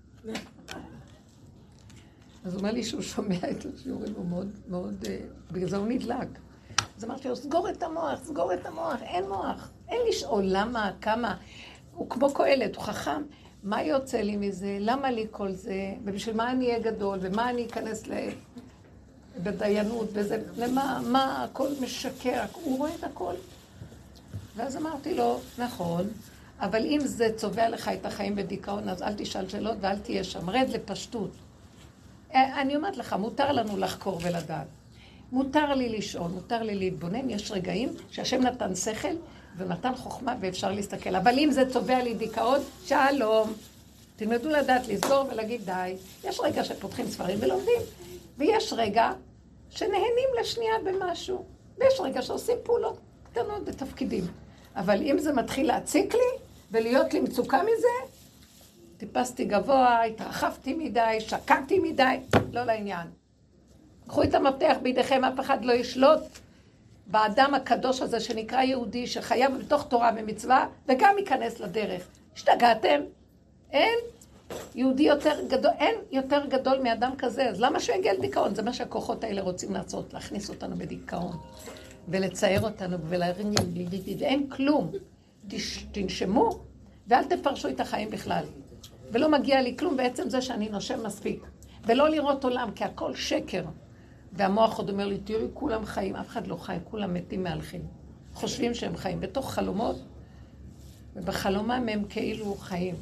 אז הוא אומר לי שהוא שומע את השיעורים, הוא מאוד, בגלל זה הוא נדלק. אז אמרתי לו, סגור את המוח, אין מוח. אין לשאול למה, כמה. הוא כמו קהלת, הוא חכם. מה יוצא לי מזה? למה לי כל זה? ובשביל מה אני אהיה גדול? ומה אני אכנס בדיינות? וזה, למה? מה? הכל משקר. הוא רואה את הכל. ואז אמרתי לו, נכון, אבל אם זה צובע לך את החיים בדיכאון, אז אל תשאל שאלות ואל תהיה שם. רד לפשטות. אני אומרת לך, מותר לנו לחקור ולדעת. מותר לי לשאול, מותר לי להתבונן. יש רגעים שהשם נתן שכל ונתן חוכמה ואפשר להסתכל. אבל אם זה צובע לי דיכאון, שלום. תלמדו לדעת לסגור ולהגיד די. יש רגע שפותחים ספרים ולומדים, ויש רגע שנהנים לשנייה במשהו, ויש רגע שעושים פעולות קטנות בתפקידים. אבל אם זה מתחיל להציק לי ולהיות לי מצוקה מזה, טיפסתי גבוה, התרחבתי מדי, שקעתי מדי, לא לעניין. קחו את המפתח בידיכם, אף אחד לא ישלוט באדם הקדוש הזה שנקרא יהודי, שחייב בתוך תורה ומצווה, וגם ייכנס לדרך. השתגעתם? אין יהודי יותר גדול, אין יותר גדול מאדם כזה, אז למה שהוא יגיע לדיכאון? זה מה שהכוחות האלה רוצים לעשות, להכניס אותנו בדיכאון, ולצייר אותנו, ולהרים לי, ואין כלום. תנשמו, ואל תפרשו את החיים בכלל. ולא מגיע לי כלום בעצם זה שאני נושם מספיק. ולא לראות עולם, כי הכל שקר. והמוח עוד אומר לי, תראי, כולם חיים, אף אחד לא חי, כולם מתים מהלכים. חושבים שהם חיים בתוך חלומות, ובחלומם הם כאילו חיים.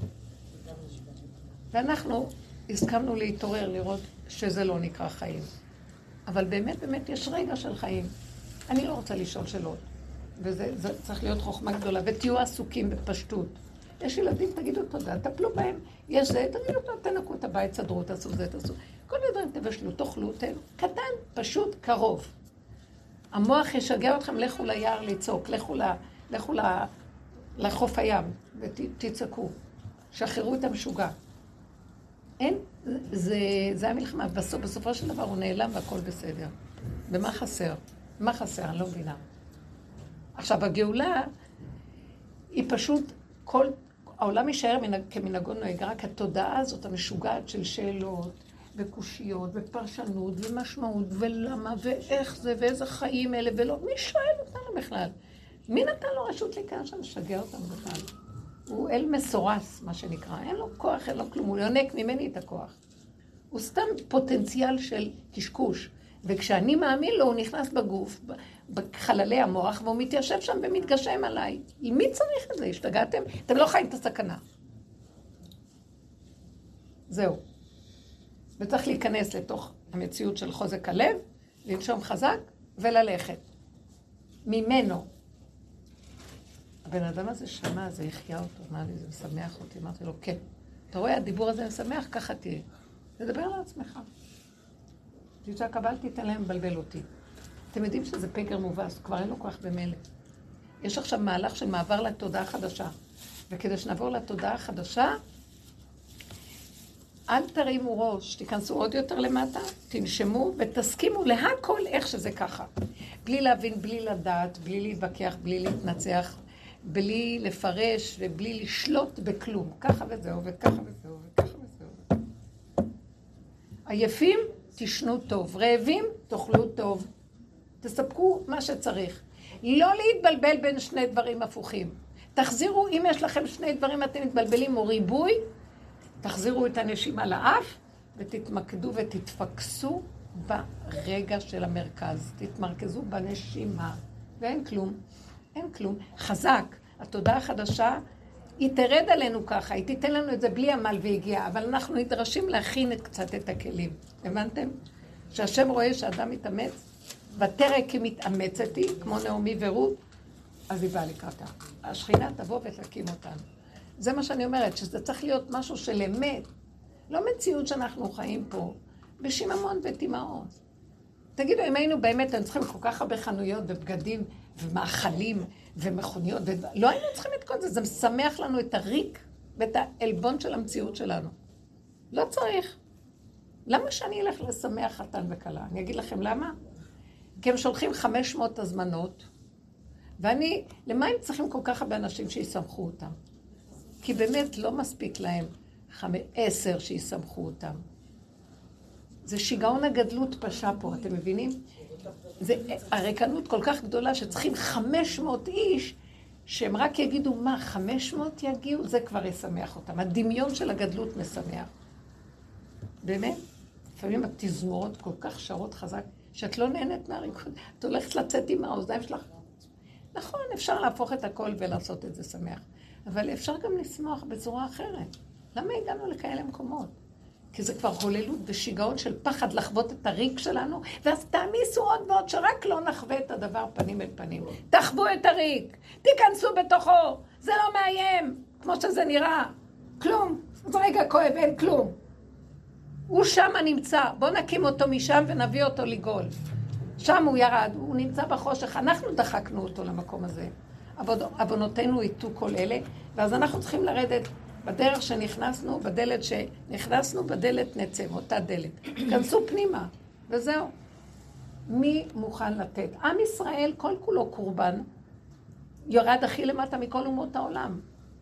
ואנחנו הסכמנו להתעורר, לראות שזה לא נקרא חיים. אבל באמת יש רגע של חיים. אני לא רוצה לשאול שאלות. וזה צריך להיות חוכמה גדולה, ותהיו עסוקים בפשטות. יש ילדים, תגידו תודה, טפלו בהם. יש זה, תגידו תודה, תנקו את הבית, סדרו, תעשו זה, תעשו. כל מיני תבשלו, תאכלו, קטן, פשוט, קרוב. המוח ישגע אתכם, לכו ליער לצעוק, לכו לחוף הים ותצעקו. שחררו את המשוגע. אין, זה המלחמה. בסופו של דבר הוא נעלם והכל בסדר. ומה חסר? מה חסר? אני לא מבינה. עכשיו, הגאולה היא פשוט, העולם יישאר כמנהגו נוהג, רק התודעה הזאת המשוגעת של שאלות וקושיות ופרשנות ומשמעות ולמה ואיך זה ואיזה חיים אלה ולא, מי שואל אותנו בכלל? מי נתן לו רשות להיכנס שם לשגע אותנו בכלל? הוא אל מסורס, מה שנקרא, אין לו כוח, אין לו כלום, הוא יונק ממני את הכוח. הוא סתם פוטנציאל של קשקוש, וכשאני מאמין לו הוא נכנס בגוף, בחללי המוח, והוא מתיישב שם ומתגשם עליי. מי צריך את זה? השתגעתם? אתם לא חיים את הסכנה. זהו. וצריך להיכנס לתוך המציאות של חוזק הלב, לנשום חזק וללכת. ממנו. הבן אדם הזה שמע, זה יחיה אותו. אמר לי, זה משמח אותי. אמרתי לו, כן. אתה רואה, הדיבור הזה משמח, ככה תהיה. תדבר על עצמך. תצעק, אבל תיתן להם לבלבל אותי. אתם יודעים שזה פגר מובס, כבר אין לו כוח במלך. יש עכשיו מהלך של מעבר לתודעה החדשה. וכדי שנעבור לתודעה החדשה, אל תרימו ראש, תיכנסו עוד יותר למטה, תנשמו ותסכימו להכל איך שזה ככה. בלי להבין, בלי לדעת, בלי להתווכח, בלי להתנצח, בלי לפרש ובלי לשלוט בכלום. ככה וזהו, וככה וזהו, וככה וזהו. עייפים, תשנו טוב. רעבים, תאכלו טוב. תספקו מה שצריך. לא להתבלבל בין שני דברים הפוכים. תחזירו, אם יש לכם שני דברים אתם מתבלבלים או ריבוי, תחזירו את הנשימה לאף ותתמקדו ותתפקסו ברגע של המרכז. תתמרכזו בנשימה, ואין כלום. אין כלום. חזק. התודעה החדשה, היא תרד עלינו ככה, היא תיתן לנו את זה בלי עמל והגיעה, אבל אנחנו נדרשים להכין קצת את הכלים. הבנתם? שהשם רואה שאדם מתאמץ, ותראה כי מתאמצת היא, כמו נעמי ורות, אז היא באה לקראתה. השכינה תבוא ותקים אותנו. זה מה שאני אומרת, שזה צריך להיות משהו של אמת, לא מציאות שאנחנו חיים פה, בשיממון ותימהון. תגידו, אם היינו באמת, היינו צריכים כל כך הרבה חנויות ובגדים ומאכלים ומכוניות, לא היינו צריכים את כל זה, זה משמח לנו את הריק ואת העלבון של המציאות שלנו. לא צריך. למה שאני אלך לשמח חתן וכלה? אני אגיד לכם למה? כי הם שולחים 500 הזמנות, ואני, למה הם צריכים כל כך הרבה אנשים שיסמכו אותם? כי באמת לא מספיק להם 10 שיסמכו אותם. זה שיגעון הגדלות פשע פה, אתם מבינים? זה הריקנות כל כך גדולה שצריכים 500 איש שהם רק יגידו מה, 500 יגיעו? זה כבר ישמח אותם. הדמיון של הגדלות משמח. באמת? לפעמים התזמורות כל כך שרות חזק שאת לא נהנית מהריקוד. את הולכת לצאת עם האוזניים שלך. נכון, אפשר להפוך את הכל ולעשות את זה שמח. אבל אפשר גם לשמוח בצורה אחרת. למה הגענו לכאלה מקומות? כי זה כבר הוללות ושיגעון של פחד לחוות את הריק שלנו, ואז תעמיסו עוד ועוד שרק לא נחווה את הדבר פנים אל פנים. תחוו את הריק, תיכנסו בתוכו, זה לא מאיים, כמו שזה נראה. כלום, זה רגע כואב, אין כלום. הוא שם נמצא, בוא נקים אותו משם ונביא אותו לגול. שם הוא ירד, הוא נמצא בחושך, אנחנו דחקנו אותו למקום הזה. אבונותינו איתו כל אלה, ואז אנחנו צריכים לרדת בדרך שנכנסנו, בדלת שנכנסנו, בדלת נצא, אותה דלת. כנסו פנימה, וזהו. מי מוכן לתת? עם ישראל, כל כולו קורבן, יורד הכי למטה מכל אומות העולם.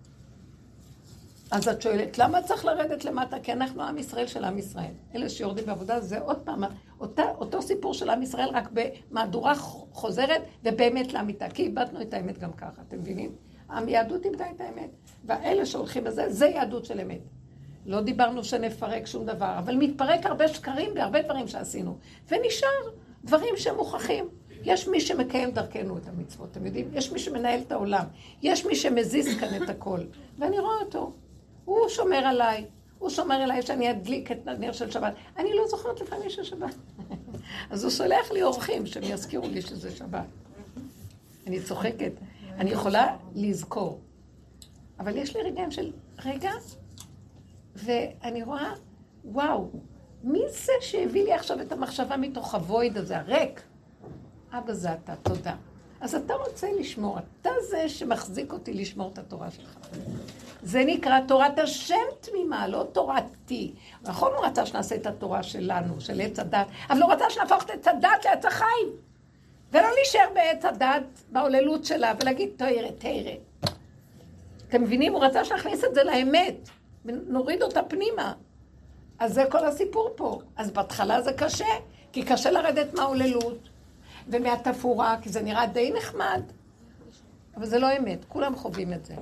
אז את שואלת, למה צריך לרדת למטה? כי אנחנו עם ישראל של עם ישראל. אלה שיורדים בעבודה, זה עוד פעם, אותו סיפור של עם ישראל, רק במהדורה חוזרת, ובאמת לאמיתה, כי איבדנו את האמת גם ככה, אתם מבינים? היהדות איבדה את האמת, והאלה שהולכים בזה, זה יהדות של אמת. לא דיברנו שנפרק שום דבר, אבל מתפרק הרבה שקרים והרבה דברים שעשינו, ונשאר דברים שמוכחים. יש מי שמקיים דרכנו את המצוות, אתם יודעים? יש מי שמנהל את העולם, יש מי שמזיז כאן את הכל, ואני רואה אותו. הוא שומר עליי, הוא שומר עליי שאני אדליק את הנר של שבת. אני לא זוכרת לפעמים של שבת. אז הוא שולח לי אורחים שהם יזכירו לי שזה שבת. אני צוחקת, אני יכולה לזכור. אבל יש לי רגעים של רגע, ואני רואה, וואו, מי זה שהביא לי עכשיו את המחשבה מתוך הוויד הזה, הריק? אבא זה אתה, תודה. אז אתה רוצה לשמור, אתה זה שמחזיק אותי לשמור את התורה שלך. זה נקרא תורת השם תמימה, לא תורתי. נכון, הוא רצה שנעשה את התורה שלנו, של עץ הדת, אבל הוא רצה שנהפוך את עץ הדת לעץ החיים. ולא להישאר בעץ הדת, בהוללות שלה, ולהגיד תראה. אתם מבינים? הוא רצה שנכניס את זה לאמת, ונוריד אותה פנימה. אז זה כל הסיפור פה. אז בהתחלה זה קשה, כי קשה לרדת מההוללות, ומהתפאורה, כי זה נראה די נחמד. אבל זה לא אמת, כולם חווים את זה.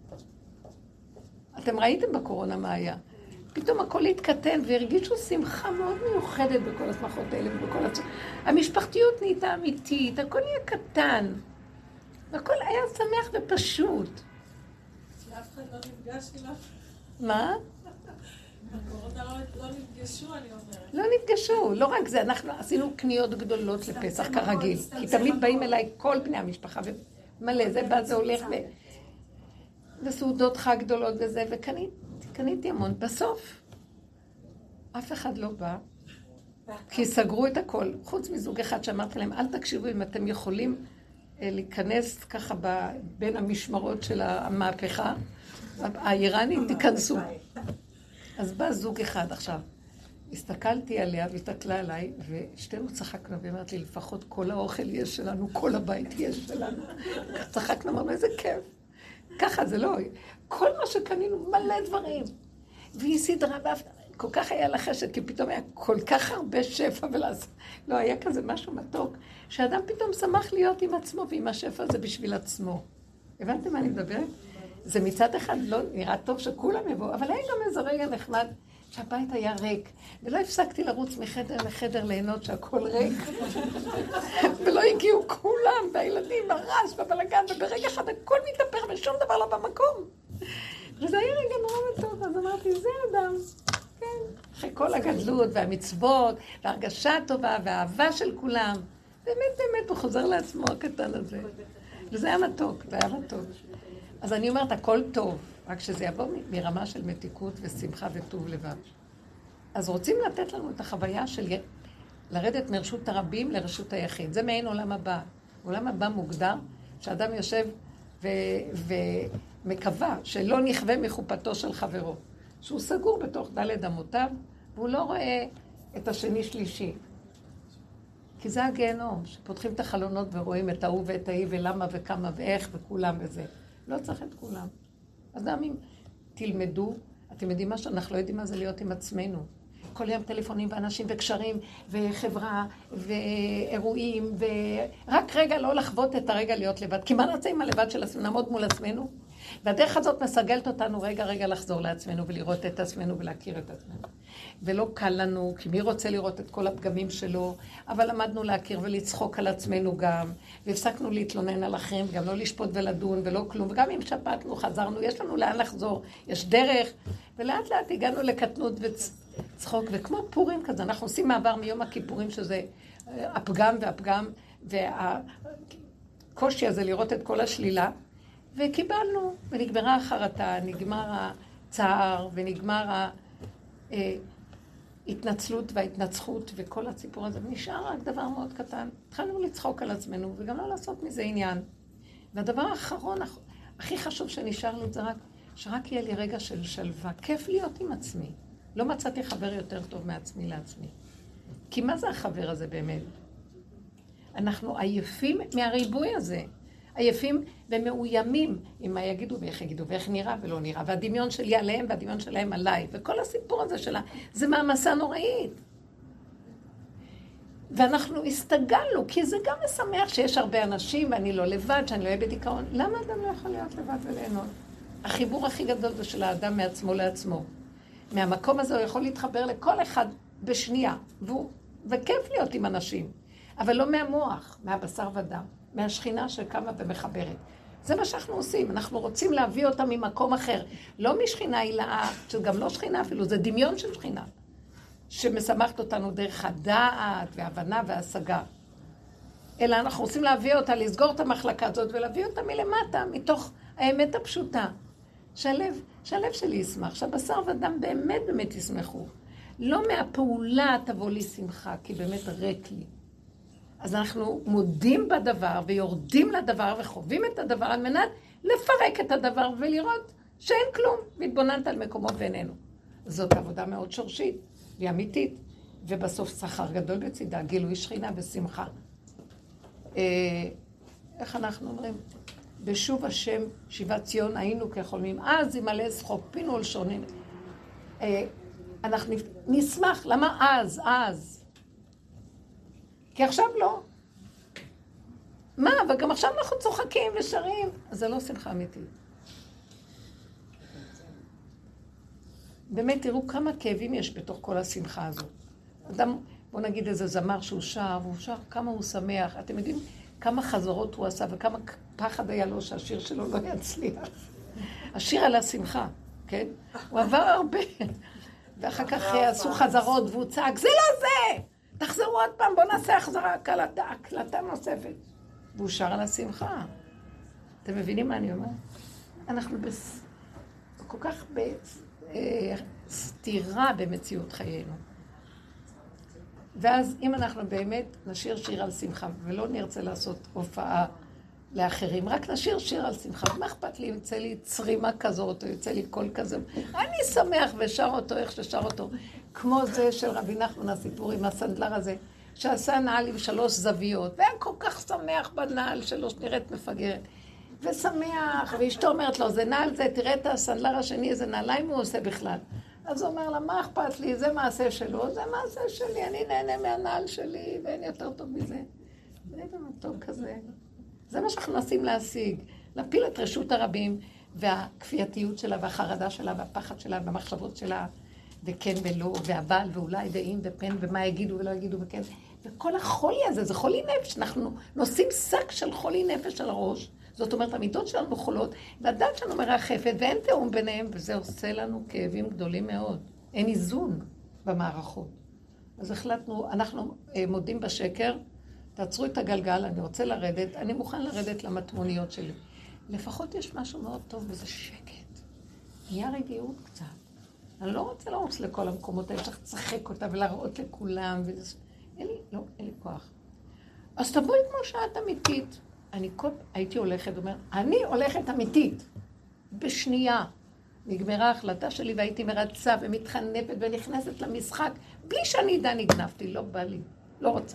אתם ראיתם בקורונה מה היה. פתאום הכל התקטן והרגישו שמחה מאוד מיוחדת בכל השמחות האלה ובכל המשפחתיות נהייתה אמיתית, הכל נהיה קטן. והכל היה שמח ופשוט. שאף אחד לא נפגש אליו. מה? בקורונה לא נפגשו, אני אומרת. לא נפגשו, לא רק זה, אנחנו עשינו קניות גדולות לפסח כרגיל. כי תמיד באים אליי כל בני המשפחה ומלא, זה בא, זה הולך וסעודות חג גדולות וזה, וקניתי המון. בסוף, אף אחד לא בא, כי סגרו את הכל. חוץ מזוג אחד שאמרתי להם, אל תקשיבו אם אתם יכולים להיכנס ככה בין המשמרות של המהפכה, האיראנים תיכנסו. אז בא זוג אחד עכשיו. הסתכלתי עליה והסתכלה עליי, ושתינו צחקנו, ואמרת לי, לפחות כל האוכל יש שלנו, כל הבית יש שלנו. צחקנו, אמרנו, איזה כיף. ככה זה לא, כל מה שקנינו מלא דברים. והיא סדרה, כל כך היה לה חשת, כי פתאום היה כל כך הרבה שפע ולעשות. לא, היה כזה משהו מתוק, שאדם פתאום שמח להיות עם עצמו, ועם השפע הזה בשביל עצמו. הבנתם מה אני מדברת? זה מצד אחד לא נראה טוב שכולם יבואו, אבל היה גם איזה רגע נחמד שהבית היה ריק, ולא הפסקתי לרוץ מחדר לחדר ליהנות שהכל ריק. ולא הגיעו כולם, והילדים, הרעש, והבלגן, וברגע אחד הכל מתהפך ושום דבר לא במקום. וזה היה רגע נורא טוב, אז אמרתי, זה אדם. כן. אחרי כל הגדלות והמצוות, וההרגשה הטובה, והאהבה של כולם. באמת, הוא חוזר לעצמו הקטן הזה. וזה היה מתוק, זה היה מתוק. אז אני אומרת, הכל טוב, רק שזה יבוא מרמה של מתיקות ושמחה וטוב לבב. אז רוצים לתת לנו את החוויה של לרדת מרשות הרבים לרשות היחיד. זה מעין עולם הבא. עולם הבא מוגדר שאדם יושב ומקווה שלא נכווה מחופתו של חברו. שהוא סגור בתוך דלת אמותיו, והוא לא רואה את השני שלישי. כי זה הגיהנום, שפותחים את החלונות ורואים את ההוא ואת ההיא ולמה וכמה ואיך וכולם וזה. לא צריך את כולם. אז גם אם תלמדו, אתם יודעים מה שאנחנו לא יודעים מה זה להיות עם עצמנו. כל יום טלפונים ואנשים וקשרים וחברה ואירועים ורק רגע לא לחוות את הרגע להיות לבד. כי מה נעשה עם הלבד של עצמנו? נעמוד מול עצמנו? והדרך הזאת מסגלת אותנו רגע לחזור לעצמנו ולראות את עצמנו ולהכיר את עצמנו. ולא קל לנו, כי מי רוצה לראות את כל הפגמים שלו, אבל למדנו להכיר ולצחוק על עצמנו גם, והפסקנו להתלונן על אחרים, גם לא לשפוט ולדון ולא כלום, וגם אם שפטנו, חזרנו, יש לנו לאן לחזור, יש דרך, ולאט לאט הגענו לקטנות וצחוק, וכמו פורים כזה, אנחנו עושים מעבר מיום הכיפורים, שזה הפגם והקושי הזה לראות את כל השלילה, וקיבלנו, ונגמרה החרטה, נגמר הצער, ונגמר ההתנצלות וההתנצחות, וכל הסיפור הזה, ונשאר רק דבר מאוד קטן. התחלנו לצחוק על עצמנו, וגם לא לעשות מזה עניין. והדבר האחרון, הכי חשוב שנשאר לי, זה רק, שרק יהיה לי רגע של שלווה. כיף להיות עם עצמי. לא מצאתי חבר יותר טוב מעצמי לעצמי. כי מה זה החבר הזה באמת? אנחנו עייפים מהריבוי הזה. עייפים ומאוימים עם מה יגידו ואיך יגידו ואיך נראה ולא נראה, והדמיון שלי עליהם והדמיון שלהם עליי, וכל הסיפור הזה שלה, זה מעמסה נוראית. ואנחנו הסתגלנו, כי זה גם משמח שיש הרבה אנשים ואני לא לבד, שאני לא אהיה בדיכאון. למה אדם לא יכול להיות לבד וליהנות? החיבור הכי גדול זה של האדם מעצמו לעצמו. מהמקום הזה הוא יכול להתחבר לכל אחד בשנייה, וכיף להיות עם אנשים, אבל לא מהמוח, מהבשר ודם. מהשכינה שקמה ומחברת. זה מה שאנחנו עושים. אנחנו רוצים להביא אותה ממקום אחר. לא משכינה הילאה, שגם לא שכינה אפילו, זה דמיון של שכינה. שמשמחת אותנו דרך הדעת והבנה והשגה. אלא אנחנו רוצים להביא אותה, לסגור את המחלקה הזאת ולהביא אותה מלמטה, מתוך האמת הפשוטה. שהלב שלי ישמח, שהבשר ודם באמת ישמחו. לא מהפעולה תבוא לי שמחה, כי באמת ריק לי. אז אנחנו מודים בדבר ויורדים לדבר וחווים את הדבר על מנת לפרק את הדבר ולראות שאין כלום, והתבוננת על מקומו ואיננו. זאת עבודה מאוד שורשית ואמיתית, ובסוף שכר גדול בצידה, גילוי שכינה ושמחה. איך אנחנו אומרים? בשוב השם שיבת ציון היינו כחולמים, אז ימלא שחוק, פינו על שונן. אנחנו נשמח, למה אז? כי עכשיו לא. מה? וגם עכשיו אנחנו צוחקים ושרים. אז זה לא שמחה אמיתית. באמת, תראו כמה כאבים יש בתוך כל השמחה הזאת. אדם, בוא נגיד איזה זמר שהוא שר, והוא שר כמה הוא שמח. אתם יודעים כמה חזרות הוא עשה וכמה פחד היה לו שהשיר שלו לא יצליח. השיר על השמחה, כן? הוא עבר הרבה. ואחר כך עשו חזרות והוא צעק, זה לא זה! תחזרו עוד פעם, בואו נעשה החזרה, הקלטה נוספת. והוא שר על השמחה. אתם מבינים מה אני אומרת? אנחנו כל כך בסתירה במציאות חיינו. ואז אם אנחנו באמת נשיר שיר על שמחה, ולא נרצה לעשות הופעה לאחרים, רק נשיר שיר על שמחה, מה אכפת לי? יוצא לי צרימה כזאת, או יוצא לי קול כזה. אני שמח ושר אותו איך ששר אותו. כמו זה של רבי נחמן, הסיפור עם הסנדלר הזה, שעשה נעל עם 3 זוויות, והיה כל כך שמח בנעל שלו, שנראית מפגרת. ושמח, ואשתו אומרת לו, זה נעל זה, תראה את הסנדלר השני, איזה נעליים הוא עושה בכלל. אז הוא אומר לה, מה אכפת לי? זה מעשה שלו, זה מעשה שלי, אני נהנה מהנעל שלי, ואין יותר טוב מזה. זה טוב כזה. זה מה שאנחנו מנסים להשיג, להפיל את רשות הרבים, והכפייתיות שלה, והחרדה שלה, והפחד שלה, והמחשבות שלה, וכן ולא, והבעל ואולי ואם ופן ומה יגידו ולא יגידו וכן. וכל החולי הזה, זה חולי נפש. אנחנו נושאים שק של חולי נפש על הראש. זאת אומרת, המידות שלנו חולות, והדת שלנו מרחפת, ואין תאום ביניהם, וזה עושה לנו כאבים גדולים מאוד. אין איזון במערכות. אז החלטנו, אנחנו מודים בשקר, תעצרו את הגלגל, אני רוצה לרדת, אני מוכן לרדת למטמוניות שלי. לפחות יש משהו מאוד טוב וזה שקט. נהיה רגיעות קצת. אני לא רוצה לרוץ לכל המקומות האלה, צריך לצחק אותה ולהראות לכולם. אין לי כוח. אז תבואי כמו שאת אמיתית. אני הייתי הולכת, אומר, אני הולכת אמיתית. בשנייה. נגמרה ההחלטה שלי והייתי מרצה ומתחנפת ונכנסת למשחק. בלי שאני אדע נגנבתי, לא בא לי. לא רוצה.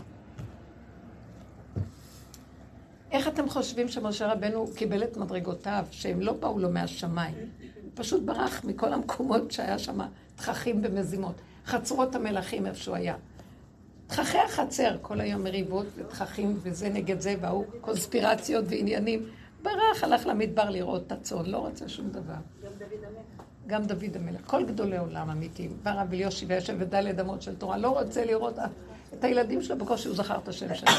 איך אתם חושבים שמשה רבנו קיבל את מדרגותיו, שהם לא באו לו מהשמיים? הוא פשוט ברח מכל המקומות שהיה שם תככים ומזימות. חצרות המלאכים איפה שהוא היה. תככי החצר, כל היום מריבות ותככים וזה נגד זה, והוא קונספירציות ועניינים. ברח, הלך למדבר לראות את הצאן, לא רוצה שום דבר. גם דוד המלך. כל גדולי עולם אמיתיים. בא רבי יושי וישב ודלת אמות של תורה, לא רוצה לראות את הילדים שלו בקושי, הוא זכר את השם שלו.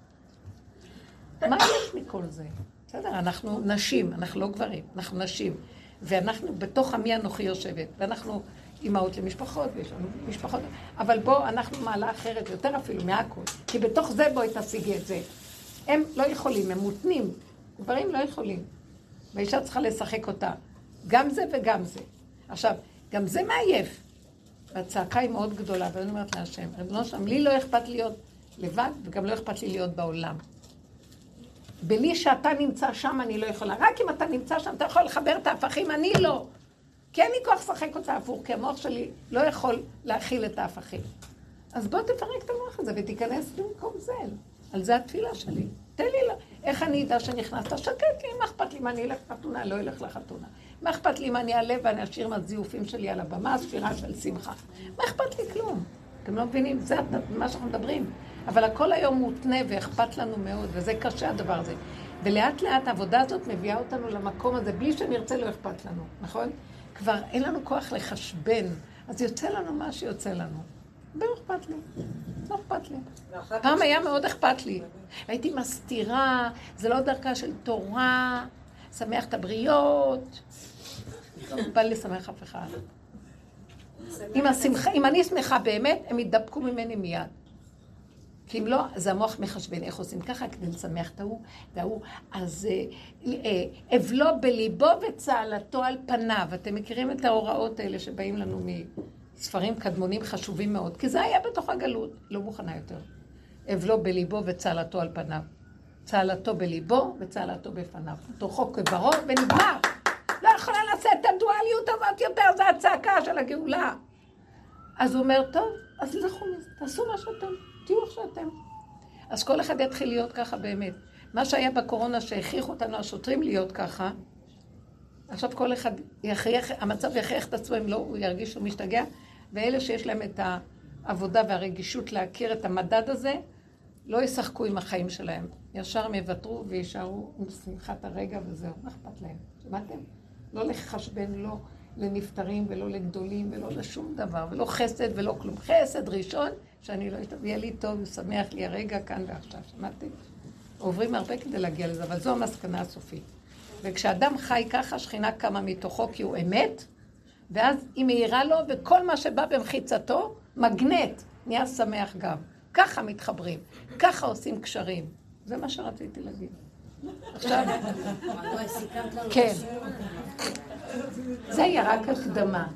מה יש מכל זה? בסדר, אנחנו נשים, אנחנו לא גברים, אנחנו נשים. ואנחנו בתוך עמי אנוכי יושבת, ואנחנו אימהות למשפחות, ויש לנו משפחות, אבל בוא, אנחנו מעלה אחרת, יותר אפילו מהכל, כי בתוך זה בואי תשיגי את זה. הם לא יכולים, הם מותנים, גברים לא יכולים. והאישה צריכה לשחק אותה, גם זה וגם זה. עכשיו, גם זה מעייף. והצעקה היא מאוד גדולה, ואני אומרת להשם, ריבונו שם, לי לא אכפת להיות לבד, וגם לא אכפת לי להיות בעולם. בלי שאתה נמצא שם אני לא יכולה. רק אם אתה נמצא שם אתה יכול לחבר את ההפכים, אני לא. כי אין לי כוח לשחק אותה הפוך, כי המוח שלי לא יכול להכיל את ההפכים. אז בוא תפרק את המוח הזה ותיכנס במקום זה. על זה התפילה שלי. תן לי, איך אני אדע שנכנסת? שקט לי, מה אכפת לי אם אני אלך לחתונה, לא אלך לחתונה. מה אכפת לי אם אני אעלה ואני אשאיר מהזיופים שלי על הבמה, ספירה של שמחה. מה אכפת לי כלום? אתם לא מבינים, זה מה שאנחנו מדברים. אבל הכל היום מותנה ואכפת לנו מאוד, וזה קשה הדבר הזה. ולאט לאט העבודה הזאת מביאה אותנו למקום הזה, בלי שנרצה לא אכפת לנו, נכון? כבר אין לנו כוח לחשבן, אז יוצא לנו מה שיוצא לנו. לא אכפת לי, לא אכפת לי. פעם היה מאוד אכפת לי. הייתי מסתירה, זה לא דרכה של תורה, שמח את הבריות. לא בא לי לשמח אף אחד. אם אני שמחה באמת, הם יתדבקו ממני מיד. כי אם לא, זה המוח מחשבן, איך עושים ככה כדי לשמח את ההוא, והוא, אז אבלו בליבו וצהלתו על פניו. אתם מכירים את ההוראות האלה שבאים לנו מספרים קדמונים חשובים מאוד, כי זה היה בתוך הגלות, לא מוכנה יותר. אבלו בליבו וצהלתו על פניו. צהלתו בליבו וצהלתו בפניו. תוכו כברו ונגמר. לא יכולה לעשות את הדואליות הזאת יותר, זה הצעקה של הגאולה. אז הוא אומר, טוב, אז לכו, תעשו מה שאתם. תהיו איך שאתם. אז כל אחד יתחיל להיות ככה באמת. מה שהיה בקורונה שהכריח אותנו השוטרים להיות ככה, עכשיו כל אחד יכריח, המצב יכריח את עצמו אם לא, הוא ירגיש שהוא משתגע, ואלה שיש להם את העבודה והרגישות להכיר את המדד הזה, לא ישחקו עם החיים שלהם. ישר הם יוותרו וישארו עם שמחת הרגע וזהו. מה אכפת להם? שמעתם? לא לחשבן, לא לנפטרים ולא לגדולים ולא לשום דבר, ולא חסד ולא כלום. חסד ראשון, שאני לא יהיה לי טוב ושמח לי הרגע כאן ועכשיו. שמעתם? עוברים הרבה כדי להגיע לזה, אבל זו המסקנה הסופית. וכשאדם חי ככה, שכינה קמה מתוכו כי הוא אמת, ואז היא מאירה לו, וכל מה שבא במחיצתו, מגנט, נהיה שמח גם. ככה מתחברים, ככה עושים קשרים. זה מה שרציתי להגיד. עכשיו... כן. זה היה רק הקדמה.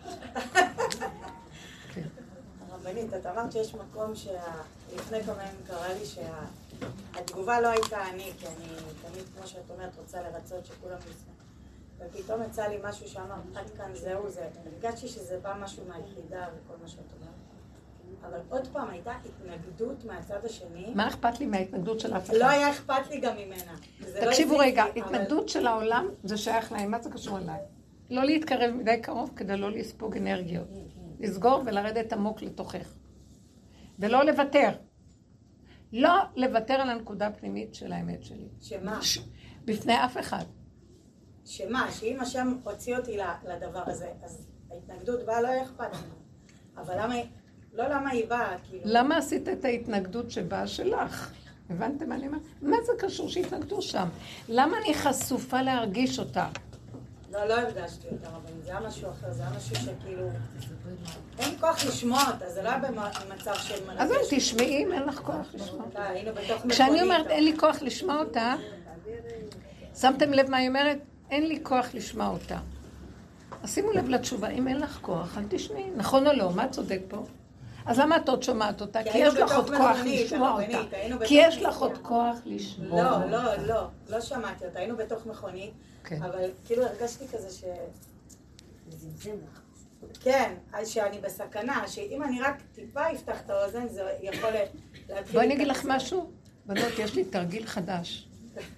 הרבנית, את אמרת שיש מקום שלפני כמה ימים קרה לי שהתגובה לא הייתה אני, כי אני תמיד, כמו שאת אומרת, רוצה לרצות שכולם ישמח. ופתאום יצא לי משהו שאמר, עד כאן זהו זה. הרגשתי שזה בא משהו מהיחידה וכל מה שאת אומרת. אבל עוד פעם הייתה התנגדות מהצד השני. מה אכפת לי מההתנגדות של אף אחד? לא היה אכפת לי גם ממנה. תקשיבו רגע, התנגדות של העולם זה שייך להם, מה זה קשור אליי? לא להתקרב מדי קרוב כדי לא לספוג אנרגיות. לסגור ולרדת עמוק לתוכך. ולא לוותר. לא לוותר על הנקודה הפנימית של האמת שלי. שמה? בפני אף אחד. שמה? שאם השם הוציא אותי לדבר הזה, אז ההתנגדות באה לא אכפת לי. אבל למה, לא למה היא באה, כאילו... למה עשית את ההתנגדות שבאה שלך? הבנתם מה אני אומרת? מה זה קשור שהתנגדו שם? למה אני חשופה להרגיש אותה? לא הרגשתי אותה, אבל זה היה משהו אחר, זה היה משהו שכאילו... אין לי כוח לשמוע אותה, זה לא היה במצב של מנגש. אז תשמעי אם אין לך כוח לשמוע אותה. היינו בתוך מכונית. כשאני אומרת אין לי כוח לשמוע אותה, שמתם לב מה היא אומרת? אין לי כוח לשמוע אותה. אז שימו לב לתשובה, אם אין לך כוח, אל תשמעי. נכון או לא? מה צודק פה? אז למה את עוד שומעת אותה? כי יש לך עוד כוח לשמוע אותה. כי יש לך עוד כוח לשמוע אותה. לא שמעתי אותה. היינו בתוך מכונית, אבל כאילו הרגשתי כזה ש... זמזם לך. כן, שאני בסכנה, שאם אני רק טיפה אפתח את האוזן, זה יכול להתחיל... בואי אני אגיד לך משהו. בנות, יש לי תרגיל חדש.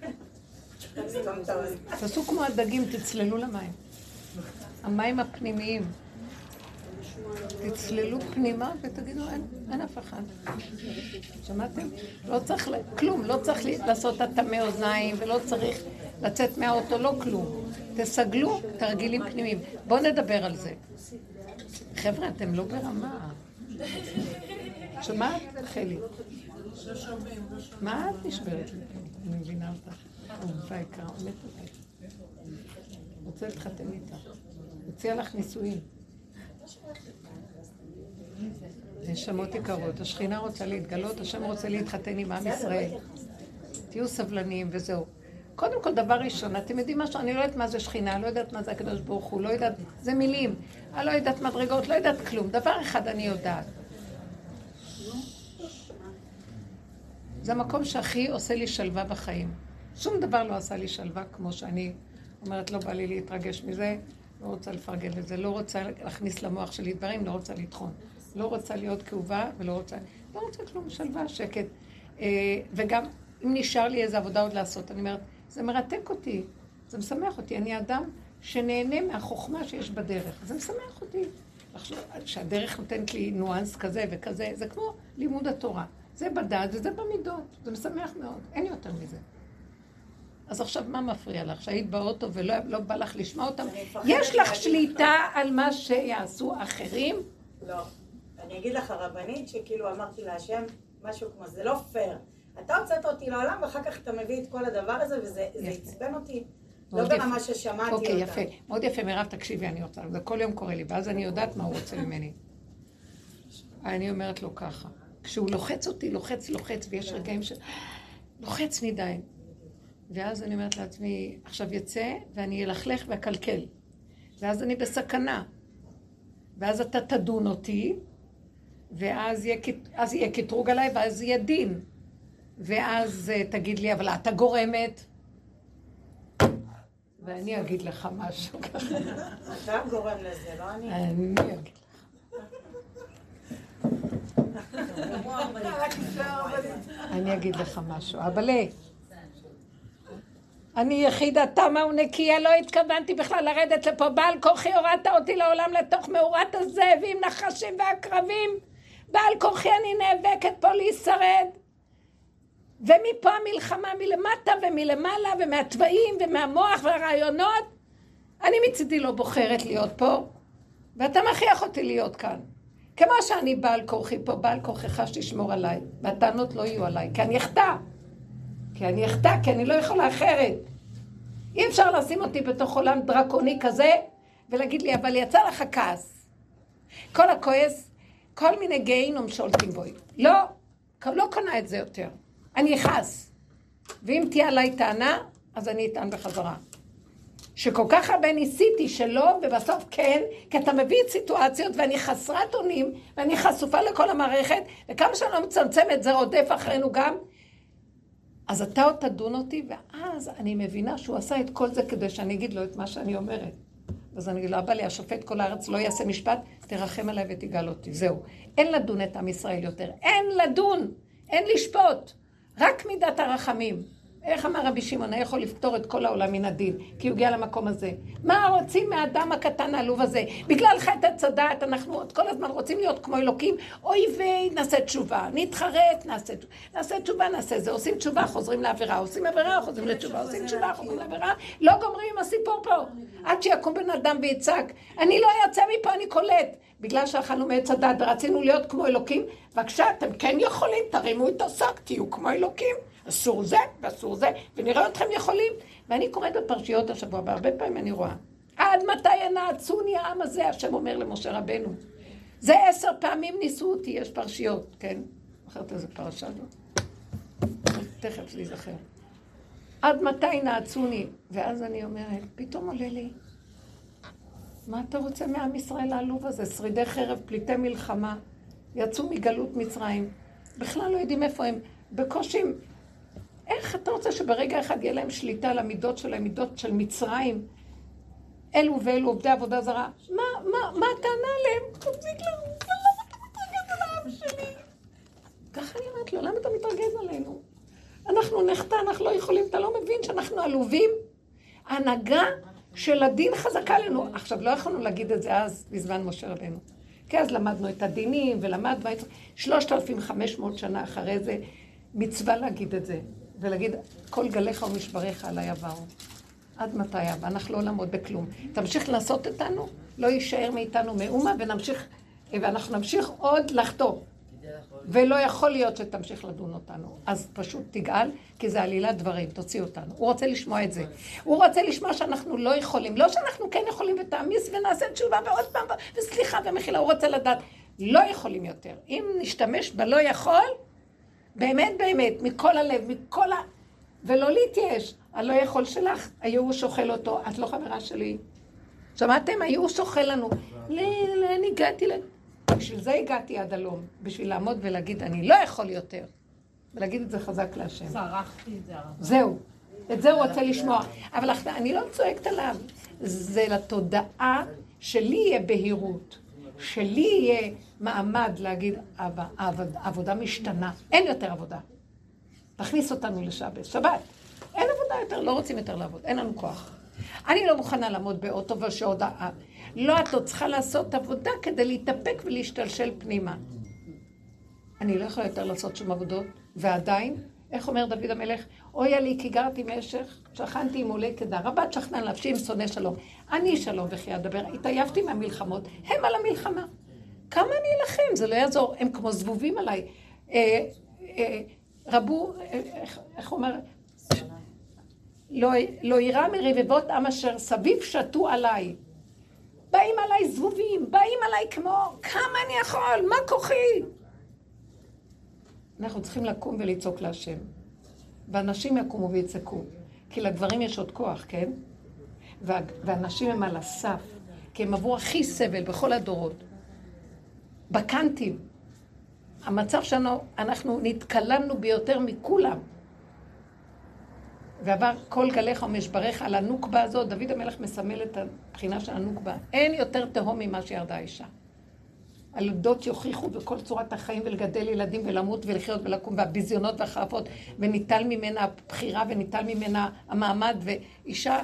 תעשו כמו הדגים, תצללו למים. המים הפנימיים. תצללו פנימה ותגידו, אין אף אחד. שמעתם? לא צריך, כלום, לא צריך לעשות התמי אוזניים ולא צריך לצאת מהאוטו, לא כלום. תסגלו תרגילים פנימיים. בואו נדבר על זה. חבר'ה, אתם לא ברמה. שמעת, חלי? מה את נשברת לי? אני מבינה אותך. אהובה יקרה, עומדת עליי. רוצה להתחתן איתה. הציע לך נישואים. נשמות יקרות, השכינה רוצה להתגלות, השם רוצה להתחתן עם עם ישראל. תהיו סבלניים וזהו. קודם כל, דבר ראשון, אתם יודעים משהו? אני לא יודעת מה זה שכינה, לא יודעת מה זה הקדוש ברוך הוא, לא יודעת, זה מילים. אני לא יודעת מדרגות, לא יודעת כלום. דבר אחד אני יודעת. זה המקום שהכי עושה לי שלווה בחיים. שום דבר לא עשה לי שלווה כמו שאני אומרת, לא בא לי להתרגש מזה, לא רוצה לפרגן לזה, לא רוצה להכניס למוח שלי דברים, לא רוצה לטחון. לא רוצה להיות כאובה ולא רוצה כלום, שלווה, שקט. וגם אם נשאר לי איזו עבודה עוד לעשות, אני אומרת, זה מרתק אותי, זה משמח אותי, אני אדם שנהנה מהחוכמה שיש בדרך, זה משמח אותי. שהדרך נותנת לי ניואנס כזה וכזה, זה כמו לימוד התורה. זה בדעת וזה במידות, זה משמח מאוד, אין יותר מזה. אז עכשיו מה מפריע לך? שהיית באוטו ולא בא לך לשמוע אותם? יש לך שליטה על מה שיעשו אחרים? לא. אני אגיד לך הרבנית שכאילו אמרתי להשם משהו כמו, זה לא פייר. אתה הוצאת אותי לעולם ואחר כך אתה מביא את כל הדבר הזה וזה עצבן אותי. לא ברמה ששמעתי אותה. אוקיי, יפה. מאוד יפה, מירב, תקשיבי, אני רוצה. זה כל יום קורה לי, ואז אני יודעת מה הוא רוצה ממני. אני אומרת לו ככה. כשהוא לוחץ אותי, לוחץ, ויש רגעים לוחץ מדי. ואז אני אומרת לעצמי, עכשיו יצא ואני אלכלך ואקלקל. ואז אני בסכנה. ואז אתה תדון אותי, ואז יהיה קטרוג עליי, ואז יהיה דין. ואז תגיד לי, אבל אתה גורמת. ואני אגיד לך משהו ככה. אתה גורם לזה, לא אני. אני אגיד לך. אני אגיד לך משהו. אבל אני יחידה תמה ונקייה, לא התכוונתי בכלל לרדת לפה. בעל כוחי הורדת אותי לעולם לתוך מאורת הזאבים, נחשים ועקרבים. בעל כוחי אני נאבקת פה להישרד. ומפה המלחמה מלמטה ומלמעלה ומהטבעים ומהמוח והרעיונות. אני מצידי לא בוחרת להיות פה, ואתה מכריח אותי להיות כאן. כמו שאני בעל כוחי פה, בעל כוחך שתשמור עליי, והטענות לא יהיו עליי, כי אני אחטא. כי אני לא יכולה אחרת. אי אפשר לשים אותי בתוך עולם דרקוני כזה, ולהגיד לי, אבל יצא לך כעס. כל הכועס, כל מיני גיהינום שולטים בוי. לא קונה את זה יותר. אני אכעס. ואם תהיה עליי טענה, אז אני אטען בחזרה. שכל כך הרבה ניסיתי שלא, ובסוף כן, כי אתה מביא את סיטואציות, ואני חסרת אונים, ואני חשופה לכל המערכת, וכמה שאני לא מצמצמת, זה רודף אחרינו גם. אז אתה עוד תדון אותי, ואז אני מבינה שהוא עשה את כל זה כדי שאני אגיד לו את מה שאני אומרת. אז אני אגיד לו, אבא לי, השופט כל הארץ לא יעשה משפט, תרחם עליי ותגאל אותי. זהו. אין לדון את עם ישראל יותר. אין לדון. אין לשפוט. רק מידת הרחמים. איך אמר רבי שמעון, יכול לפתור את כל העולם מן הדין, כי הוא הגיע למקום הזה. מה רוצים מהאדם הקטן העלוב הזה? בגלל חטא עץ הדעת, אנחנו כל הזמן רוצים להיות כמו אלוקים, אוי נעשה תשובה, נתחרט, נעשה תשובה, נעשה זה, עושים תשובה, חוזרים לעבירה, עושים עבירה, חוזרים לתשובה, עושים תשובה, חוזרים לעבירה, לא גומרים עם הסיפור פה, עד שיקום בן אדם ויצעק, אני לא יצא מפה, אני קולט, בגלל שאכלנו מעץ הדעת ורצינו להיות כמו אלוקים, בבקשה, אתם כן יכולים, תרימו את השק, תהיו כמו אלוקים, אסור זה ואסור זה, ונראה אתכם יכולים. ואני קוראת בפרשיות השבוע, והרבה פעמים אני רואה, עד מתי ינעצוני העם הזה, השם אומר למשה רבנו. זה 10 פעמים ניסו אותי, יש פרשיות, כן? אחרת איזה פרשה לא. תכף זה ייזכר. עד מתי נעצוני? ואז אני אומרת, פתאום עולה לי, מה אתה רוצה מעם ישראל העלוב הזה? שרידי חרב, פליטי מלחמה, יצאו מגלות מצרים, בכלל לא יודעים איפה הם, בקושים. איך אתה רוצה שברגע אחד יהיה להם שליטה על המידות שלהם, מידות של מצרים, אלו ואלו עובדי עבודה זרה? מה הטענה עליהם? תפסיק לנו, למה אתה מתרגז על העם שלי? ככה אני אומרת לו, למה אתה מתרגז עלינו? אנחנו נחתה, אנחנו לא יכולים, אתה לא מבין שאנחנו עלובים? ההנהגה של הדין חזקה עלינו. עכשיו, לא יכולנו להגיד את זה אז, בזמן משה רבנו. כי אז למדנו את הדינים, ולמדנו 3,500 שנה אחרי זה, מצווה להגיד את זה, ולהגיד, כל גליך ומשבריך עליי עברו. עד מתי אבא? אנחנו לא נעמוד בכלום. תמשיך לעשות איתנו, לא יישאר מאיתנו מאומה, ואנחנו נמשיך עוד לחטוא. ולא יכול להיות שתמשיך לדון אותנו. אז פשוט תגאל, כי זה עלילת דברים, תוציא אותנו. הוא רוצה לשמוע את זה. הוא רוצה לשמוע שאנחנו לא יכולים. לא שאנחנו כן יכולים ותאמיס ונעשה תשובה ועוד פעם, וסליחה ומחילה, הוא רוצה לדעת. לא יכולים יותר. אם נשתמש בלא יכול, באמת, באמת, מכל הלב, ולא להתייאש. הלא יכול שלך, הייאוש אוכל אותו. את לא חברה שלי. שמעתם? הייאוש אוכל לנו. לאן הגעתי בשביל זה הגעתי עד הלום, בשביל לעמוד ולהגיד, אני לא יכול יותר. ולהגיד את זה חזק להשם. צרחתי את זה הרבה. זהו. את זה הוא רוצה לשמוע. אבל אני לא צועקת עליו. זה לתודעה שלי יהיה בהירות. שלי יהיה מעמד להגיד, אבא, העבודה משתנה. אין יותר עבודה. תכניס אותנו לשבת. שבת. אין עבודה יותר, לא רוצים יותר לעבוד. אין לנו כוח. אני לא מוכנה לעמוד באוטו ושהודעה. לא, את צריכה לעשות עבודה כדי להתאפק ולהשתלשל פנימה. אני לא יכולה יותר לעשות שום עבודות, ועדיין, איך אומר דוד המלך? אוי לי, כי גרתי משך, שכנתי עם עולי כדר, רבת שכנן נפשי עם שונא שלום. אני שלום וכי אדבר, התעייפתי מהמלחמות, הם על המלחמה. כמה אני אלחם? זה לא יעזור, הם כמו זבובים עליי. רבו, איך אומר? לא יראה מרבבות עם אשר סביב שתו עליי. באים עליי זבובים, באים עליי כמו, כמה אני יכול, מה כוחי? אנחנו צריכים לקום ולצעוק להשם. ואנשים יקומו ויצעקו, כי לגברים יש עוד כוח, כן? ואנשים הם על הסף, כי הם עברו הכי סבל בכל הדורות. בקנטים. המצב שלנו, אנחנו נתקלמנו ביותר מכולם. ועבר כל גליך ומשבריך על הנוקבה הזאת, דוד המלך מסמל את הבחינה של הנוקבה. אין יותר תהום ממה שירדה האישה. הלידות יוכיחו בכל צורת החיים ולגדל ילדים ולמות ולחיות ולקום, והביזיונות והחרפות, וניטל ממנה הבחירה וניטל ממנה המעמד, ואישה,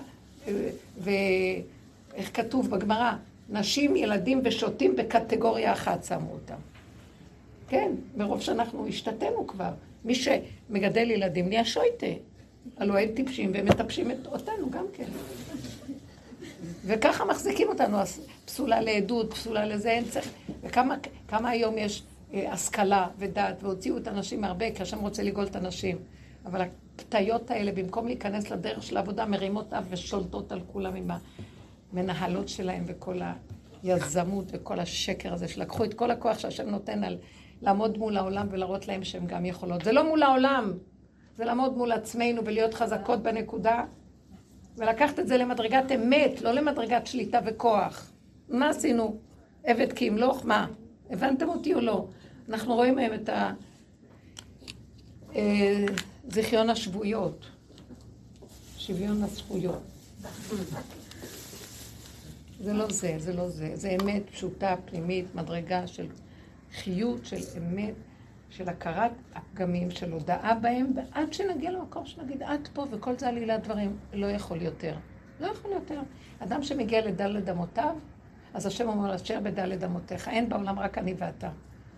ואיך כתוב בגמרא, נשים, ילדים ושוטים בקטגוריה אחת שמו אותם. כן, ברוב שאנחנו השתתנו כבר. מי שמגדל ילדים נהיה שויטה. הלוא הם טיפשים והם מטפשים אותנו גם כן. וככה מחזיקים אותנו, פסולה לעדות, פסולה לזה, אין צריך. וכמה היום יש השכלה ודעת, והוציאו את הנשים הרבה, כי השם רוצה לגאול את הנשים. אבל הפתיות האלה, במקום להיכנס לדרך של העבודה, מרימות אף ושולטות על כולם עם המנהלות שלהם, וכל היזמות וכל השקר הזה, שלקחו את כל הכוח שהשם נותן על לעמוד מול העולם ולהראות להם שהם גם יכולות. זה לא מול העולם. זה לעמוד מול עצמנו ולהיות חזקות בנקודה, ולקחת את זה למדרגת אמת, לא למדרגת שליטה וכוח. מה עשינו? עבד כי ימלוך? מה? הבנתם אותי או לא? אנחנו רואים מהם את זיכיון השבויות, שוויון הזכויות. זה לא זה, זה לא זה. זה אמת פשוטה, פנימית, מדרגה של חיות, של אמת, של הכרת הפגמים, של הודעה בהם, ועד שנגיע למקום שנגיד, עד פה, וכל זה עלילת דברים, לא יכול יותר. לא יכול יותר. אדם שמגיע לדלת אמותיו, אז השם אומר, אשר בדלת אמותיך, אין בעולם רק אני ואתה.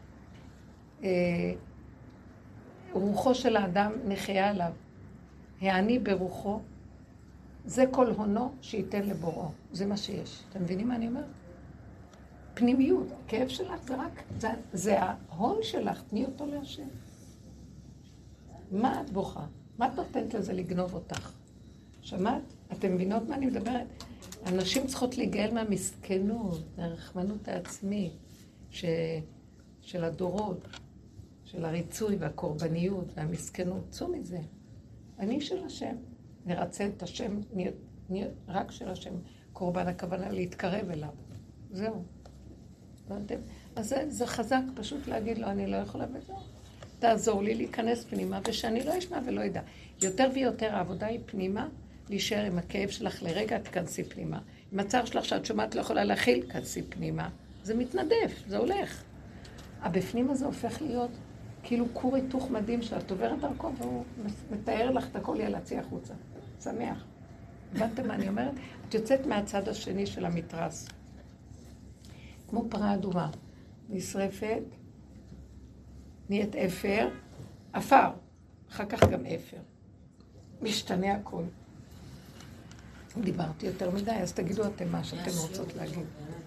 רוחו של האדם נחיה עליו. העני ברוחו, זה כל הונו שייתן לבוראו. זה מה שיש. אתם מבינים מה אני אומר? פנימיות. הכאב שלך זה רק, זה ההון שלך, תני אותו להשם. מה את בוכה? מה את נותנת לזה לגנוב אותך? שמעת? אתם מבינות מה אני מדברת? אנשים צריכות להיגאל מהמסכנות, מהרחמנות העצמית של הדורות, של הריצוי והקורבניות והמסכנות. צאו מזה. אני של השם. נרצה את השם, רק של השם. קורבן הכוונה להתקרב אליו. זהו. אז זה חזק פשוט להגיד לו, אני לא יכולה וזהו. תעזור לי להיכנס פנימה, ושאני לא אשמע ולא ידע. יותר ויותר העבודה היא פנימה, להישאר עם הכאב שלך לרגע, תכנסי פנימה. עם הצער שלך שאת שומעת לא יכולה להכיל, תכנסי פנימה. זה מתנדף, זה הולך. הבפנים הזה הופך להיות כאילו כור היתוך מדהים שאת עוברת דרכו, והוא מתאר לך את הכל, יאללה, צאי החוצה. שמח. הבנתם מה אני אומרת? את יוצאת מהצד השני של המתרס. כמו פרה אדומה. נשרפת, נהיית אפר, אפר, אחר כך גם אפר. משתנה הכל. דיברתי יותר מדי, אז תגידו אתם מה שאתם רוצות להגיד.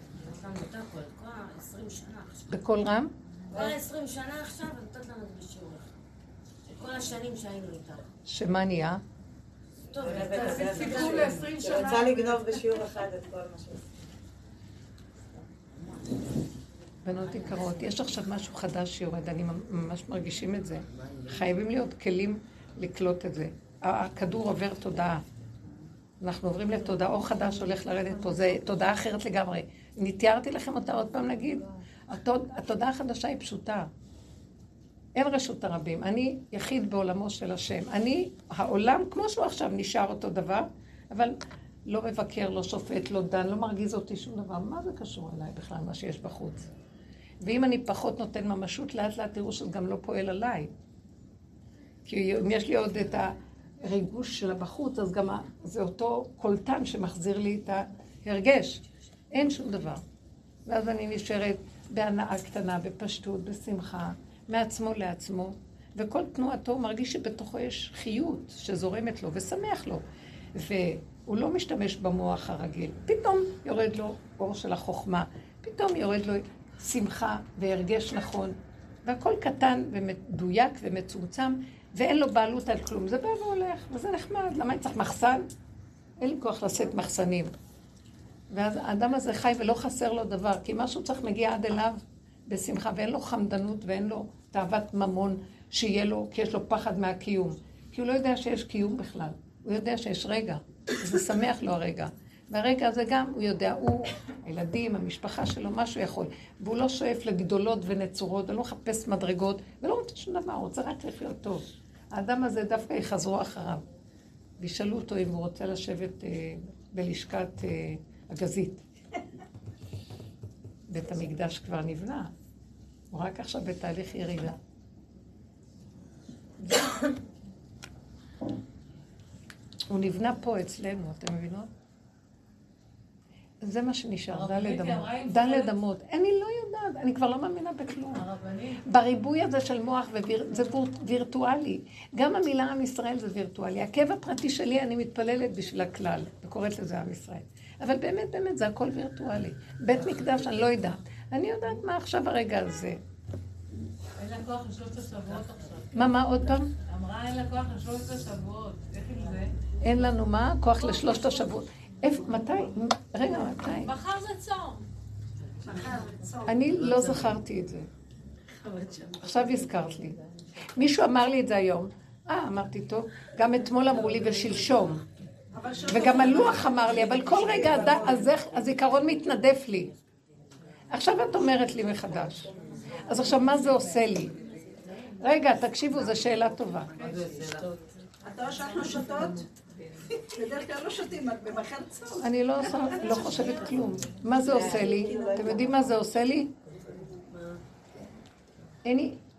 בכל רם? כבר 20 שנה עכשיו, ונתת לנו בשיעור. כל השנים שהיינו איתה. שמה נהיה? טוב, סיפור ל-20 שנה. היא רוצה לגנוב בשיעור אחד את כל מה שעושה. בנות יקרות, יש עכשיו משהו חדש שיורד, אני ממש מרגישים את זה. חייבים להיות כלים לקלוט את זה. הכדור עובר תודעה. אנחנו עוברים לתודעה, אור חדש הולך לרדת פה, זה תודעה אחרת לגמרי. אני תיארתי לכם אותה עוד פעם נגיד. התודעה החדשה היא פשוטה. אין רשות הרבים. אני יחיד בעולמו של השם. אני, העולם, כמו שהוא עכשיו נשאר אותו דבר, אבל לא מבקר, לא שופט, לא דן, לא מרגיז אותי שום דבר. מה זה קשור אליי בכלל, מה שיש בחוץ? ואם אני פחות נותן ממשות, לאט לאט תראו שזה גם לא פועל עליי. כי אם יש לי עוד את הריגוש של הבחוץ, אז גם זה אותו קולטן שמחזיר לי את ההרגש. אין שום דבר. ואז אני נשארת בהנאה קטנה, בפשטות, בשמחה, מעצמו לעצמו, וכל תנועתו מרגיש שבתוכו יש חיות שזורמת לו ושמח לו. והוא לא משתמש במוח הרגיל. פתאום יורד לו אור של החוכמה, פתאום יורד לו שמחה והרגש נכון, והכל קטן ומדויק ומצומצם, ואין לו בעלות על כלום. זה בא והולך, וזה נחמד. למה אני צריך מחסן? אין לי כוח לשאת מחסנים. ואז האדם הזה חי ולא חסר לו דבר, כי משהו צריך מגיע עד אליו בשמחה, ואין לו חמדנות ואין לו תאוות ממון שיהיה לו, כי יש לו פחד מהקיום. כי הוא לא יודע שיש קיום בכלל. הוא יודע שיש רגע, זה שמח לו הרגע. והרגע הזה גם, הוא יודע, הוא, הילדים, המשפחה שלו, מה שהוא יכול. והוא לא שואף לגדולות ונצורות, ולא מחפש מדרגות, ולא רוצה שום דבר, הוא רוצה רק לחיות טוב. האדם הזה דווקא יחזרו אחריו. וישאלו אותו אם הוא רוצה לשבת בלשכת הגזית. בית המקדש כבר נבנה. הוא רק עכשיו בתהליך ירידה. הוא נבנה פה אצלנו, אתם מבינות? זה מה שנשאר, דלת אמות. אני לא יודעת, אני כבר לא מאמינה בכלום. בריבוי הזה של מוח, זה וירטואלי. גם המילה עם ישראל זה וירטואלי. הכאב הפרטי שלי, אני מתפללת בשביל הכלל, וקוראת לזה עם ישראל. אבל באמת, באמת, זה הכל וירטואלי. בית מקדש, אני לא יודעת. אני יודעת מה עכשיו הרגע הזה. אין לה כוח לשלושת השבועות עכשיו. מה, עוד פעם? אמרה אין לה כוח לשלושת השבועות. איך עם זה? אין לנו מה? כוח לשלושת השבועות. מתי? רגע, מתי? מחר זה צום. אני לא זכרתי את זה. עכשיו הזכרת לי. מישהו אמר לי את זה היום. אמרתי טוב. גם אתמול אמרו לי ושלשום. וגם הלוח אמר לי, אבל כל רגע הזיכרון מתנדף לי. עכשיו את אומרת לי מחדש. אז עכשיו מה זה עושה לי? רגע, תקשיבו, זו שאלה טובה. אתה לא שאנחנו שותות? בדרך כלל לא שותים, במחר צום. אני לא חושבת כלום. מה זה עושה לי? אתם יודעים מה זה עושה לי?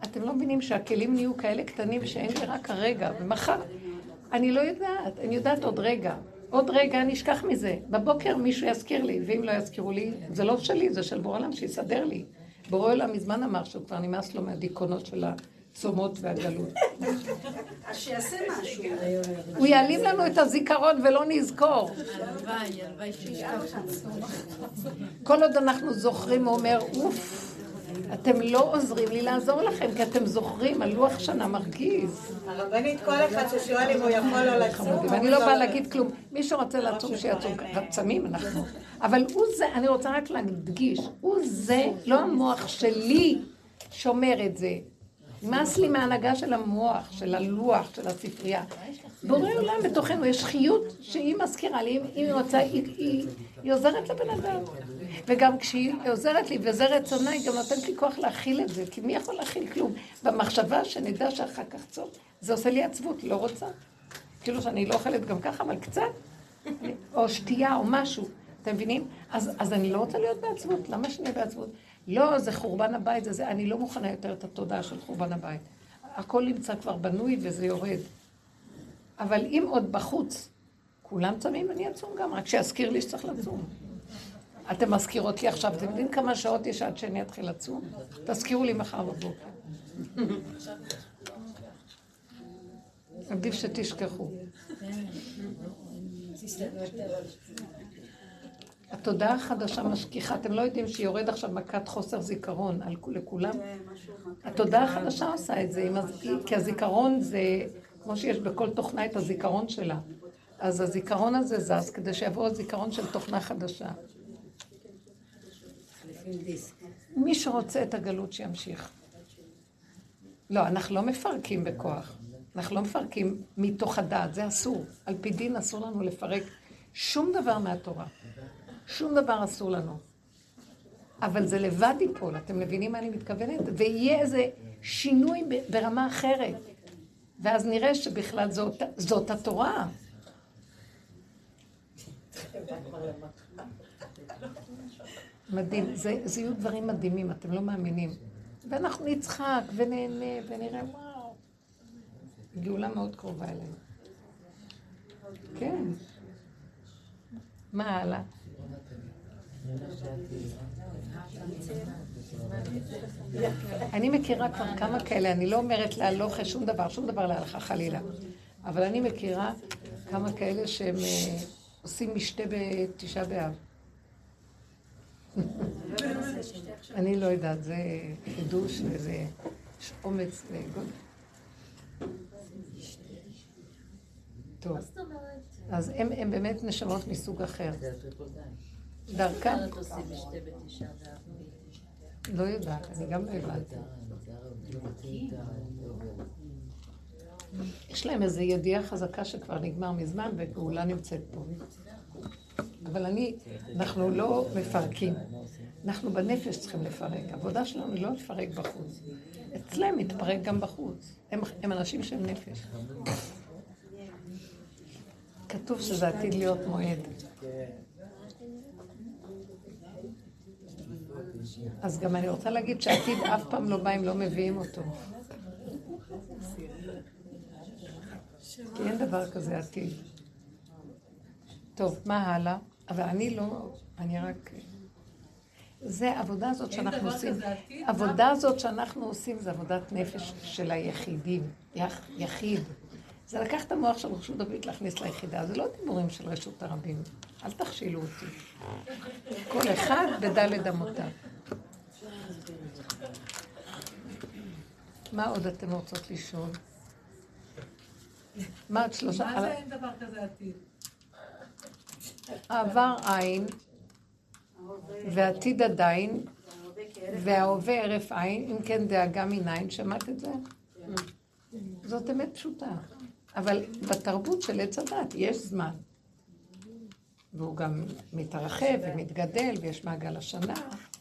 אתם לא מבינים שהכלים נהיו כאלה קטנים שאין לי רק הרגע, ומחר, אני לא יודעת, אני יודעת עוד רגע. עוד רגע אני אשכח מזה. בבוקר מישהו יזכיר לי, ואם לא יזכירו לי, זה לא שלי, זה של בורא עולם שיסדר לי. בורא עולם מזמן אמר שהוא כבר נמאס לו מהדיכאונות של הצומות והגלות. אז שיעשה משהו. הוא יעלים לנו את הזיכרון ולא נזכור. הלוואי שישכח. כל עוד אנחנו זוכרים, הוא אומר, אוף, אתם לא עוזרים לי לעזור לכם, כי אתם זוכרים, הלוח שנה מרגיז. הרבנית, כל אחד ששואל אם הוא יכול או לצום. ואני לא באה להגיד כלום. מי שרוצה לצום שיצום, רצמים אנחנו. אבל הוא זה, אני רוצה רק להדגיש, הוא זה, לא המוח שלי שומר את זה. נמאס לי מההנהגה של המוח, של הלוח, של הספרייה. בורא עולם בתוכנו, יש חיות שהיא מזכירה לי, אם היא רוצה, היא עוזרת לבן אדם. וגם כשהיא עוזרת לי, וזה רצונה, היא גם נותנת לי כוח להכיל את זה, כי מי יכול להכיל כלום? במחשבה שנדע שאחר כך צום, זה עושה לי עצבות, לא רוצה. כאילו שאני לא אוכלת גם ככה, אבל קצת, או שתייה או משהו, אתם מבינים? אז אני לא רוצה להיות בעצבות, למה שנהיה בעצבות? לא, זה חורבן הבית, אני לא מוכנה יותר את התודעה של חורבן הבית. הכל נמצא כבר בנוי וזה יורד. אבל אם עוד בחוץ, כולם צמים, אני אצום גם, רק שיזכיר לי שצריך לצום. אתם מזכירות לי עכשיו, אתם יודעים כמה שעות יש עד שאני אתחיל לצום? תזכירו לי מחר בבוקר. עדיף שתשכחו. התודעה החדשה משכיחה, אתם לא יודעים שיורד עכשיו מכת חוסר זיכרון לכולם? התודעה החדשה עושה את זה, כי הזיכרון זה, כמו שיש בכל תוכנה את הזיכרון שלה. אז הזיכרון הזה זז כדי שיבוא הזיכרון של תוכנה חדשה. מי שרוצה את הגלות שימשיך. לא, אנחנו לא מפרקים בכוח. אנחנו לא מפרקים מתוך הדעת, זה אסור. על פי דין אסור לנו לפרק שום דבר מהתורה. שום דבר אסור לנו. אבל זה לבד ייפול, אתם מבינים מה אני מתכוונת? ויהיה איזה שינוי ברמה אחרת. ואז נראה שבכלל זאת התורה. מדהים, זה יהיו דברים מדהימים, אתם לא מאמינים. ואנחנו נצחק ונהנה ונראה, וואו. גאולה מאוד קרובה אלינו. כן. מה הלאה? אני מכירה כבר כמה כאלה, אני לא אומרת להלוכה שום דבר להלכה חלילה. אבל אני מכירה כמה כאלה שהם עושים משתה בתשעה באב. אני לא יודעת, זה חידוש וזה אומץ וגודל. טוב, אז הם באמת נשמות מסוג אחר. דרכם? לא יודעת, אני גם לא הבנתי. יש להם איזו ידיעה חזקה שכבר נגמר מזמן וגאולה נמצאת פה. אבל אנחנו לא מפרקים. אנחנו בנפש צריכים לפרק. העבודה שלנו היא לא לפרק בחוץ. אצלם מתפרק גם בחוץ. הם אנשים של נפש. כתוב שזה עתיד להיות מועד. אז גם אני רוצה להגיד שעתיד אף פעם לא בא אם לא מביאים אותו. כי אין דבר כזה עתיד. טוב, מה הלאה? אבל אני רק... זה העבודה הזאת שאנחנו עושים. העבודה הזאת שאנחנו עושים זה עבודת נפש של היחידים. יחיד. זה לקח את המוח של רשות דוד להכניס ליחידה. זה לא דיבורים של רשות הרבים. אל תכשילו אותי. כל אחד בדלת אמותיו. מה עוד אתם רוצות לשאול? מה עוד שלושה? מה זה אין דבר כזה עתיד? העבר עין, ועתיד עדיין, וההווה ערף עין, אם כן דאגה מנין, שמעת את זה? זאת אמת פשוטה. אבל בתרבות של עץ הדת יש זמן. והוא גם מתרחב ומתגדל, ויש מעגל השנה.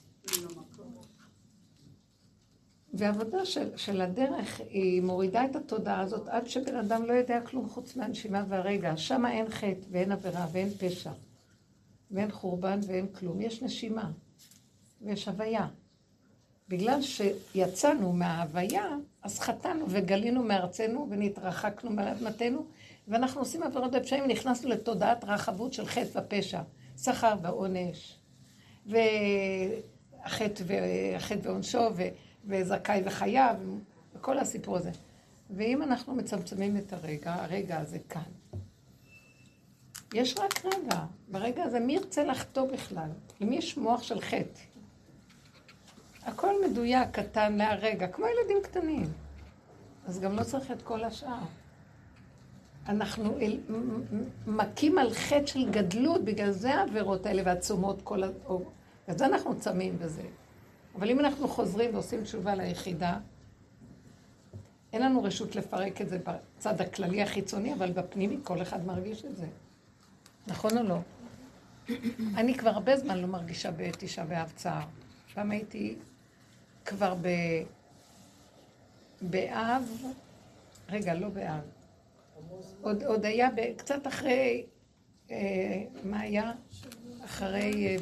והעבודה של הדרך היא מורידה את התודעה הזאת עד שבן אדם לא יודע כלום חוץ מהנשימה והרגע. שם אין חטא ואין עבירה ואין פשע. ואין חורבן ואין כלום. יש נשימה ויש הוויה. בגלל שיצאנו מההוויה, אז חטאנו וגלינו מארצנו ונתרחקנו מאדמתנו, ואנחנו עושים עבירות בפשעים, נכנסנו לתודעת רחבות של חטא ופשע, שכר ועונש, והחטא ועונשו, וזכאי וחייב, וכל הסיפור הזה. ואם אנחנו מצמצמים את הרגע הזה כאן, יש רק רגע, ברגע הזה מי ירצה לחטוא בכלל? למי יש מוח של חטא? הכל מדויק, קטן, להרגע, כמו ילדים קטנים. אז גם לא צריך את כל השאר. אנחנו מכים על חטא של גדלות, בגלל זה העבירות האלה והצומות כל אז אנחנו צמים בזה. אבל אם אנחנו חוזרים ועושים תשובה ליחידה, אין לנו רשות לפרק את זה בצד הכללי החיצוני, אבל בפנימי כל אחד מרגיש את זה. נכון או לא? אני כבר הרבה זמן לא מרגישה בתשעה באב צער. פעם הייתי כבר באב, רגע, לא באב. עוד היה קצת אחרי, מה היה? אחרי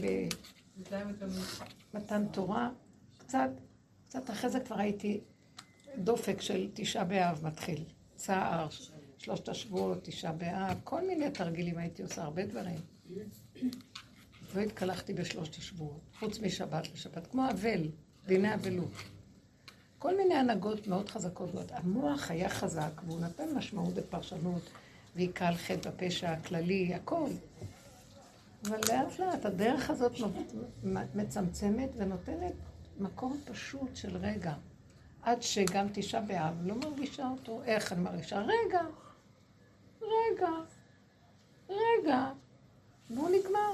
מתן תורה, קצת אחרי זה כבר הייתי דופק של תשעה באב מתחיל. צער, 3 השבועות, תשעה באב, כל מיני תרגילים הייתי עושה, הרבה דברים. לא התקלחתי ב3 השבועות, חוץ משבת לשבת, כמו אבל, דיני אבלות. כל מיני הנהגות מאוד חזקות. המוח היה חזק, והוא נתן משמעות בפרשנות, ויקל חטא בפשע הכללי, הכל. אבל לאט לאט, הדרך הזאת מצמצמת ונותנת מקום פשוט של רגע. עד שגם תשעה באב לא מרגישה אותו. איך אני מרגישה? רגע. והוא נגמר.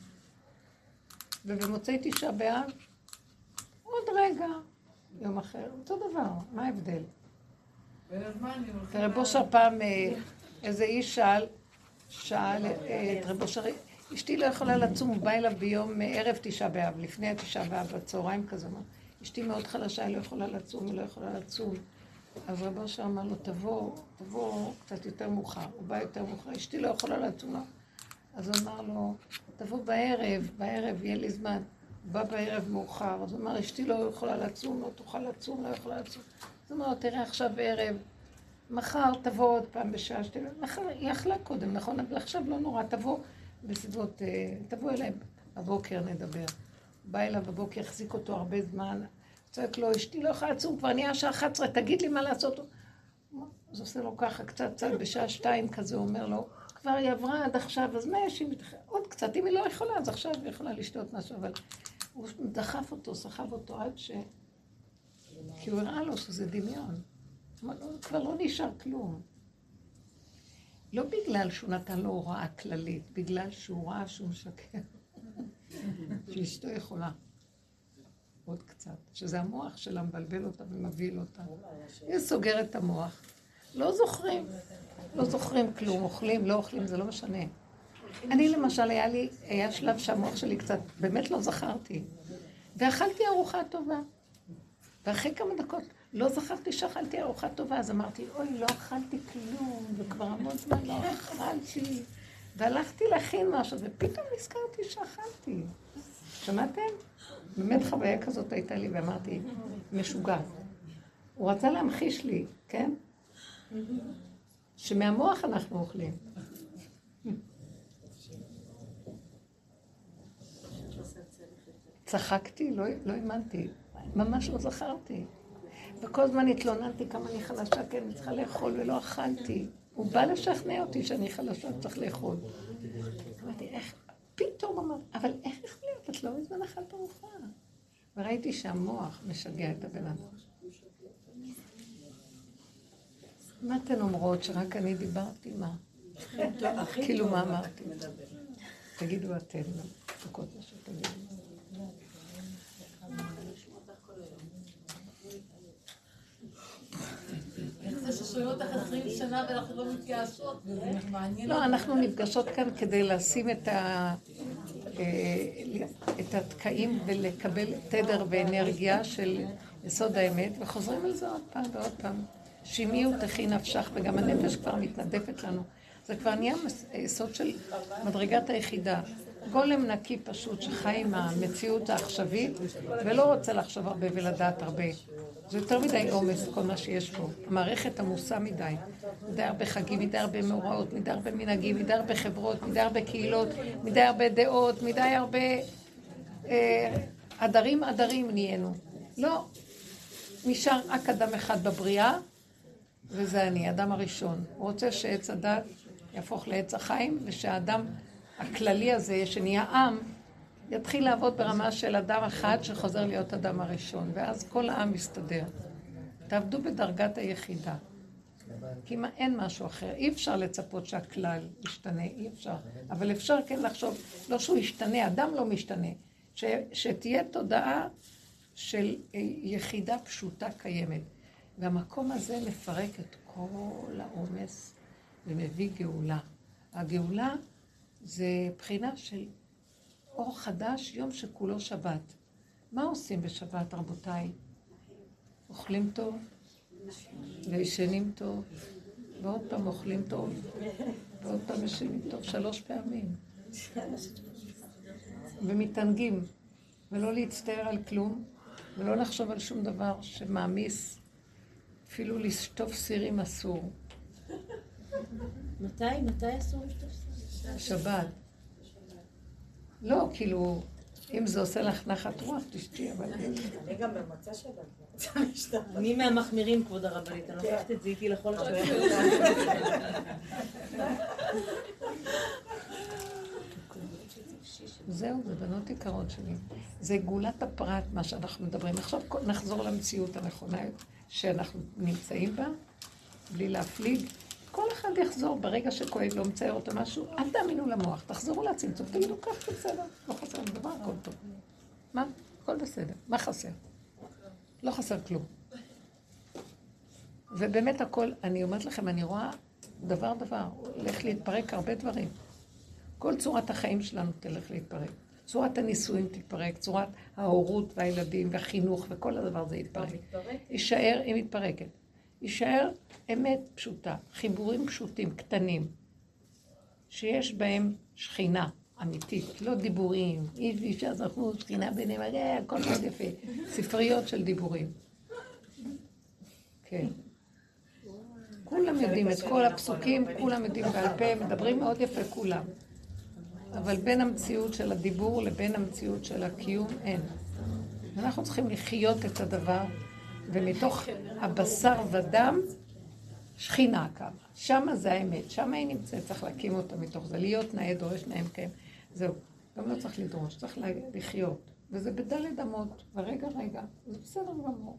ובמוצאי תשעה באב, עוד רגע. יום אחר, אותו דבר, מה ההבדל? רב אושר פעם, איזה איש שאל את רב אושר, אשתי לא יכולה לצום, הוא בא אליו ביום ערב תשעה באב, לפני התשעה באב, בצהריים כזה, אשתי מאוד חלשה, היא לא יכולה לצום, היא לא יכולה לצום. אז רב אושר אמר לו, תבוא קצת יותר מאוחר, הוא בא יותר מאוחר, אשתי לא יכולה לצום. אז הוא אמר לו, תבוא בערב יהיה לי זמן. בא בערב מאוחר, אז הוא אמר, אשתי לא יכולה לצום, לא תוכל לצום, לא יכולה לצום. אז הוא אמר, תראה עכשיו ערב, מחר תבוא עוד פעם בשעה 2, מחר היא אכלה קודם, נכון? אבל עכשיו לא נורא, תבוא בסביבות, תבוא אליי בבוקר נדבר. בא אליו בבוקר, החזיק אותו הרבה זמן, צועק לו, אשתי לא יכולה לצום, כבר נהיה שעה 11, תגיד לי מה לעשות. אז עושה לו ככה קצת, בשעה 2 כזה, הוא אומר לו, כבר היא עברה עד עכשיו, אז מה יש? עוד קצת, אם היא לא יכולה, אז עכשיו היא יכולה לשתות משהו, אבל הוא דחף אותו, סחב אותו עד כי הוא הראה לו שזה דמיון. כבר לא נשאר כלום. לא בגלל שהוא נתן לו הוראה כללית, בגלל שהוא ראה שהוא משקר. שאשתו יכולה. עוד קצת. שזה המוח שלה מבלבל אותה ומבהיל אותה. היא סוגרת את המוח. לא זוכרים כלום, אוכלים, לא אוכלים, זה לא משנה. אני למשל, היה שלב שהמוח שלי קצת, באמת לא זכרתי. ואכלתי ארוחה טובה. ואחרי כמה דקות, לא זכרתי שאכלתי ארוחה טובה, אז אמרתי, אוי, לא אכלתי כלום, וכבר המון זמן לא אכלתי. והלכתי להכין משהו, ופתאום נזכרתי שאכלתי. שמעתם? באמת חוויה כזאת הייתה לי, ואמרתי, משוגעת. הוא רצה להמחיש לי, כן? שמהמוח אנחנו אוכלים. צחקתי, לא האמנתי, ממש לא זכרתי. וכל הזמן התלוננתי כמה אני חלשה, כן, אני צריכה לאכול ולא אכלתי. הוא בא לשכנע אותי שאני חלשה, צריך לאכול. אמרתי, איך, פתאום אמר, אבל איך יכול להיות? את לא מזמן אכלת ארוחה. וראיתי שהמוח משגע את הבן אדם. מה אתן אומרות שרק אני דיברתי? מה? כאילו מה אמרתי? תגידו אתן, דקות משהו, תגידו. איך זה ששואלים אותך 20 שנה ואנחנו לא מתייאשות, וזה מעניין. לא, אנחנו נפגשות כאן כדי לשים את התקעים ולקבל תדר ואנרגיה של יסוד האמת, וחוזרים על זה עוד פעם ועוד פעם. שימי ותכי נפשך, וגם הנפש כבר מתנדפת לנו. זה כבר נהיה יסוד של מדרגת היחידה. גולם נקי פשוט שחי עם המציאות העכשווית ולא רוצה לחשוב הרבה ולדעת הרבה. זה יותר מדי עומס כל מה שיש פה. המערכת עמוסה מדי. מדי הרבה חגים, מדי הרבה מאורעות, מדי הרבה מנהגים, מדי הרבה חברות, מדי הרבה קהילות, מדי הרבה דעות, מדי הרבה עדרים נהיינו. לא, נשאר רק אדם אחד בבריאה, וזה אני, האדם הראשון. הוא רוצה שעץ הדת יהפוך לעץ החיים, ושהאדם הכללי הזה שנהיה עם, יתחיל לעבוד ברמה של אדם אחד שחוזר להיות אדם הראשון, ואז כל העם מסתדר. תעבדו בדרגת היחידה. כי מה, אין משהו אחר. אי אפשר לצפות שהכלל ישתנה, אי אפשר. אבל אפשר כן לחשוב, לא שהוא ישתנה, אדם לא משתנה. שתהיה תודעה של יחידה פשוטה קיימת. והמקום הזה מפרק את כל העומס ומביא גאולה. הגאולה זה בחינה של אור חדש, יום שכולו שבת. מה עושים בשבת, רבותיי? אוכלים טוב, וישנים טוב, ועוד פעם אוכלים טוב, ועוד פעם ישנים טוב, 3 פעמים. ומתענגים, ולא להצטער על כלום, ולא לחשוב על שום דבר שמאמיס, אפילו לשטוף סירים אסור. מתי אסור לשטוף סירים? שבת. לא, כאילו, אם זה עושה לך נחת רוח, תשתי, אבל... אני גם במוצא שבת. אני מהמחמירים, כבוד הרבנית, אני לוקחת את זה איתי לכל שבוע. זהו, זה בנות יקרות שלי. זה גאולת הפרט, מה שאנחנו מדברים. עכשיו נחזור למציאות הנכונה שאנחנו נמצאים בה, בלי להפליג. כל אחד יחזור ברגע שכואב לא מצייר אותו משהו, אל תאמינו למוח, תחזרו לצמצום, תגידו כך בסדר, לא חסר לנו דבר, הכל טוב. מה? הכל בסדר, מה חסר? לא חסר כלום. ובאמת הכל, אני אומרת לכם, אני רואה דבר, הולך להתפרק הרבה דברים. כל צורת החיים שלנו תלך להתפרק. צורת הנישואים תתפרק, צורת ההורות והילדים והחינוך וכל הדבר הזה יתפרק. יישאר, היא מתפרקת. יישאר אמת פשוטה, חיבורים פשוטים, קטנים, שיש בהם שכינה אמיתית, לא דיבורים, איש ואישה זכו, שכינה ביניהם, הכל מאוד יפה, ספריות של דיבורים. כן. כולם יודעים את כל הפסוקים, כולם יודעים בעל פה, מדברים מאוד יפה כולם. אבל בין המציאות של הדיבור לבין המציאות של הקיום אין. אנחנו צריכים לחיות את הדבר, ומתוך הבשר ודם, שכינה קמה. שמה זה האמת, שמה היא נמצאת, צריך להקים אותה מתוך זה, להיות נאה דורש נאה מקיים. זהו, גם לא צריך לדרוש, צריך לחיות. וזה בדלת אמות, ורגע, זה בסדר גמור.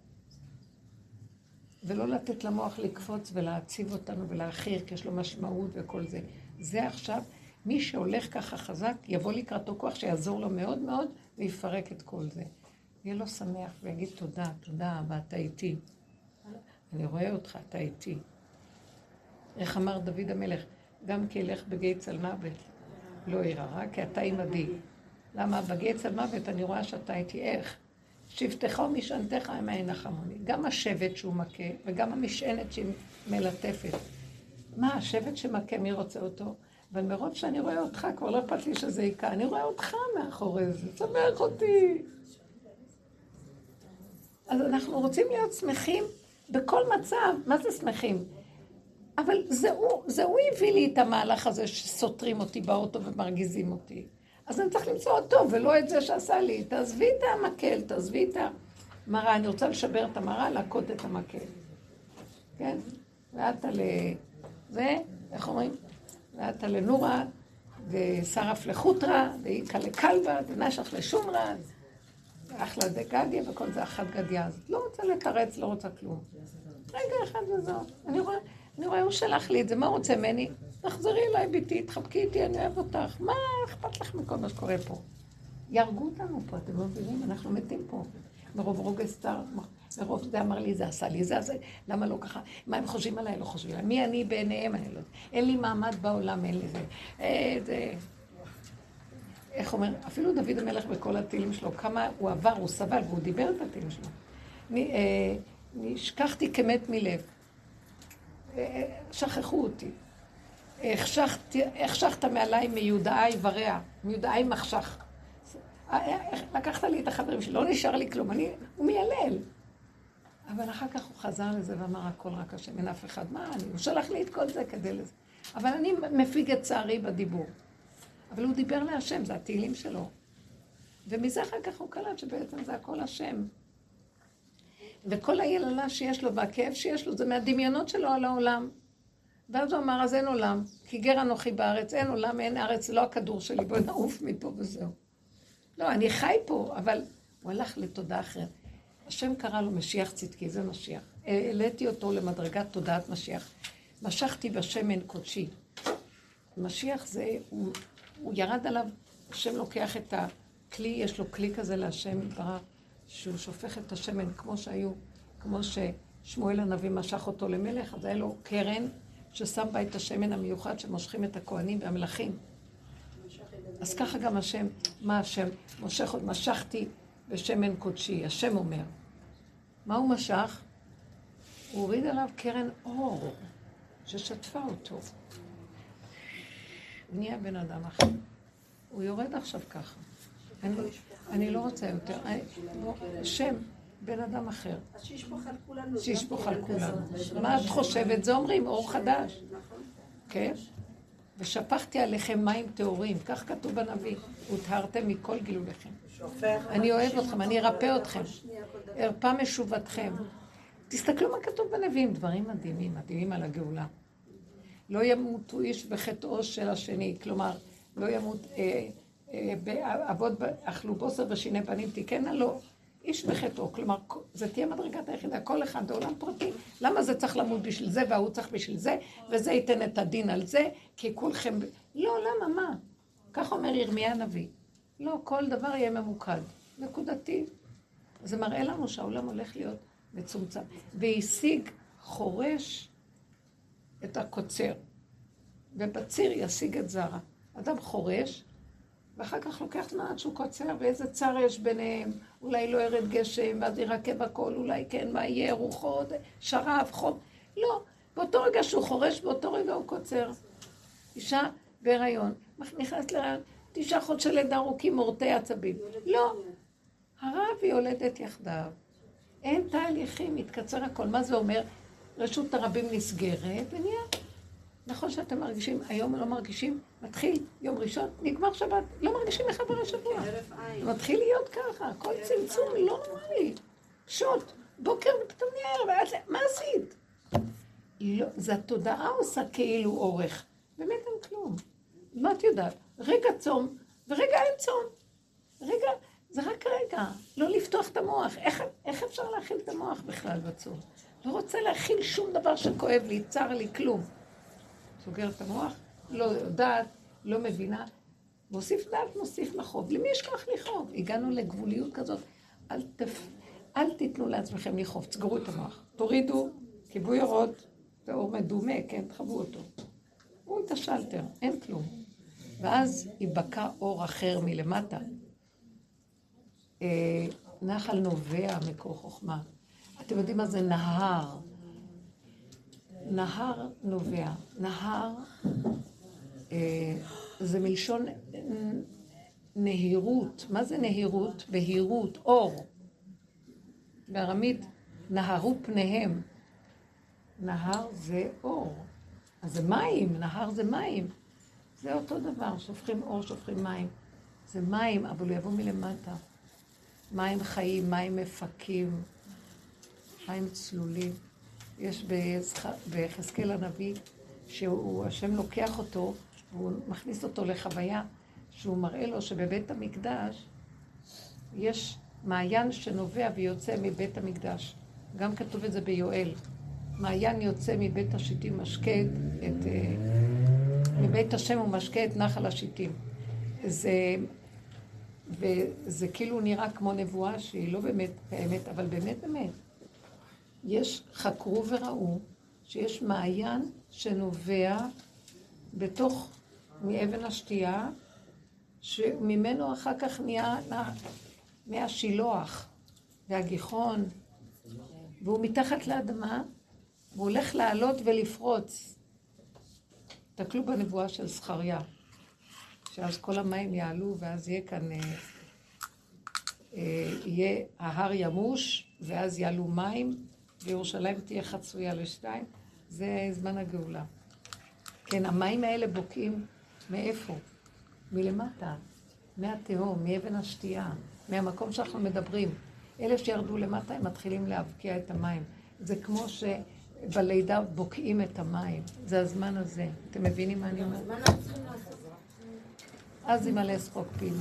ולא לתת למוח לקפוץ ולהציב אותנו ולהכיר, כי יש לו משמעות וכל זה. זה עכשיו, מי שהולך ככה חזק, יבוא לקראתו כוח שיעזור לו מאוד מאוד, ויפרק את כל זה. יהיה לו שמח ויגיד תודה, תודה, ואתה איתי. אני רואה אותך, אתה איתי. איך אמר דוד המלך, גם כי ילך בגיא צל מוות, לא ירא רע, כי אתה עמדי. למה? בגיא צל מוות אני רואה שאתה איתי, איך? שבטך ומשענתך עמה ינחמוני. גם השבט שהוא מכה, וגם המשענת שהיא מלטפת. מה, השבט שמכה, מי רוצה אותו? אבל מרוב שאני רואה אותך, כבר לא אכפת לי שזה יקע, אני רואה אותך מאחורי זה, שמח אותי. אז אנחנו רוצים להיות שמחים בכל מצב, מה זה שמחים? אבל זה הוא הביא לי את המהלך הזה שסותרים אותי באוטו ומרגיזים אותי. אז אני צריך למצוא אותו, ולא את זה שעשה לי. תעזבי את המקל, תעזבי את המראה. אני רוצה לשבר את המראה, להכות את המקל. כן? ואתה זה, איך אומרים? ואתה לנורה, ושרף לחוטרה, ואיקה לקלבה, ונשך לשומרה, אחלה דגדיה, וכל זה אחת גדיה. אז לא רוצה לתרץ, לא רוצה כלום. רגע אחד וזאת. אני רואה, הוא שלח לי את זה, מה הוא רוצה ממני? תחזרי אליי ביתי, תחבקי איתי, אני אוהב אותך. מה אכפת לך מכל מה שקורה פה? ירגו אותנו פה, אתם לא מבינים? אנחנו מתים פה. מרוב רוגסטר, מרוב זה אמר לי, זה עשה לי, זה עשה, למה לא ככה? מה הם חושבים עליי? לא חושבים עליי. מי אני בעיניהם? אני לא... אין לי מעמד בעולם, אין לי זה. זה... איך אומר? אפילו דוד המלך בכל הטילים שלו, כמה הוא עבר, הוא סבל, והוא דיבר את הטילים שלו. נשכחתי כמת מלב. שכחו אותי. החשכת מעליי מיודעי ורע, מיודעי מחשך. לקחת לי את החברים שלי, לא נשאר לי כלום, הוא מיילל. אבל אחר כך הוא חזר לזה ואמר, הכל רק השם, אין אף אחד. מה, הוא שלח לי את כל זה כדי לזה. אבל אני מפיג את צערי בדיבור. אבל הוא דיבר להשם, זה התהילים שלו. ומזה אחר כך הוא קלט שבעצם זה הכל השם. וכל היללה שיש לו והכאב שיש לו, זה מהדמיונות שלו על העולם. ואז הוא אמר, אז אין עולם, כי גר אנוכי בארץ, אין עולם, אין ארץ, זה לא הכדור שלי, בוא נעוף מפה וזהו. לא, אני חי פה, אבל הוא הלך לתודעה אחרת. השם קרא לו משיח צדקי, זה משיח. העליתי אותו למדרגת תודעת משיח. משכתי בשמן קודשי. משיח זה, הוא ירד עליו, השם לוקח את הכלי, יש לו כלי כזה להשם יתברך, שהוא שופך את השמן כמו שהיו, כמו ששמואל הנביא משך אותו למלך, אז היה לו קרן ששם בה את השמן המיוחד שמושכים את הכהנים והמלכים. אז ככה גם השם, מה השם? משכתי בשמן קודשי, השם אומר. מה הוא משך? הוא הוריד עליו קרן אור ששטפה אותו. הוא נהיה בן אדם אחר. הוא יורד עכשיו ככה. אני לא רוצה יותר. שם, בן אדם אחר. אז שישפוך על כולנו. שישפוך על כולנו. מה את חושבת? זה אומרים, אור חדש. כן? ושפכתי עליכם מים טהורים, כך כתוב בנביא, וטהרתם מכל גילוליכם. אני אוהב אתכם, אני ארפא אתכם, ארפא משובתכם. תסתכלו מה כתוב בנביאים, דברים מדהימים, מדהימים על הגאולה. לא ימותו איש בחטאו של השני, כלומר, לא ימות אבות אכלו בוסר ושיני בנים תיקנה לו, איש בחטאו, כלומר, זה תהיה מדרגת היחידה, כל אחד בעולם פרטי. למה זה צריך למות בשביל זה, והוא צריך בשביל זה, וזה ייתן את הדין על זה, כי כולכם... לא, למה, מה? כך אומר ירמיה הנביא. לא, כל דבר יהיה ממוקד, נקודתי. זה מראה לנו שהעולם הולך להיות מצומצם. והשיג חורש את הקוצר, ובציר ישיג את זרע. אדם חורש, ואחר כך לוקח זמן עד שהוא קוצר, ואיזה צר יש ביניהם, אולי לא ירד גשם, ואז ירקב הכל, אולי כן, מה יהיה, רוחות, שרף, חום. לא, באותו רגע שהוא חורש, באותו רגע הוא קוצר. אישה בהיריון, נכנס להיריון, 9 חודשי לידה ארוכים, מורטי עצבים. לא, הרב היא יולדת יחדיו. אין תהליכים, מתקצר הכל. מה זה אומר? רשות הרבים נסגרת, ונהיה. נכון שאתם מרגישים, היום לא מרגישים, מתחיל יום ראשון, נגמר שבת, לא מרגישים אחד בראש שבוע. זה מתחיל להיות ככה, הכל צמצום, לא נורמלי. פשוט, בוקר ופתאום נהיה ערב, מה עשית? לא, זה התודעה עושה כאילו אורך. באמת אין כלום. מה את יודעת? רגע צום, ורגע אין צום. רגע, זה רק רגע, לא לפתוח את המוח. איך אפשר להכיל את המוח בכלל בצום? לא רוצה להכיל שום דבר שכואב לי, צר לי, כלום. סוגר את המוח, לא יודעת, לא מבינה. מוסיף דעת, מוסיף לחוב. למי יש כך לחוב? הגענו לגבוליות כזאת. אל תיתנו לעצמכם לחוב, תסגרו את המוח. תורידו, כיבוי אורות, זה אור מדומה, כן, תחבו אותו. הוא את השלטר, אין כלום. ואז ייבקע אור אחר מלמטה. נחל נובע מקור חוכמה. אתם יודעים מה זה נהר? נהר נובע. נהר זה מלשון נהירות. מה זה נהירות? בהירות, אור. בארמית, נהרו פניהם. נהר זה אור. אז זה מים, נהר זה מים. זה אותו דבר, שופכים אור, שופכים מים. זה מים, אבל הוא יבוא מלמטה. מים חיים, מים מפקים, מים צלולים. יש ביחזקאל הנביא, שהוא, השם לוקח אותו, והוא מכניס אותו לחוויה, שהוא מראה לו שבבית המקדש יש מעיין שנובע ויוצא מבית המקדש. גם כתוב את זה ביואל. מעיין יוצא מבית השיטים, משקה את... מבית השם הוא משקה את נחל השיטים. וזה כאילו נראה כמו נבואה שהיא לא באמת באמת, אבל באמת באמת. חקרו וראו שיש מעיין שנובע בתוך מאבן השתייה, שממנו אחר כך נהיה מהשילוח והגיחון, והוא מתחת לאדמה, והוא הולך לעלות ולפרוץ. תקלו בנבואה של זכריה, שאז כל המים יעלו, ואז יהיה כאן, יהיה ההר ימוש, ואז יעלו מים, וירושלים תהיה חצויה לשתיים, זה זמן הגאולה. כן, המים האלה בוקעים מאיפה? מלמטה, מהתהום, מאבן השתייה, מהמקום שאנחנו מדברים. אלה שירדו למטה, הם מתחילים להבקיע את המים. זה כמו שבלידה בוקעים את המים. זה הזמן הזה. אתם מבינים מה אני אומרת? מה אנחנו צריכים לעשות? אז עם הלספוק פינו.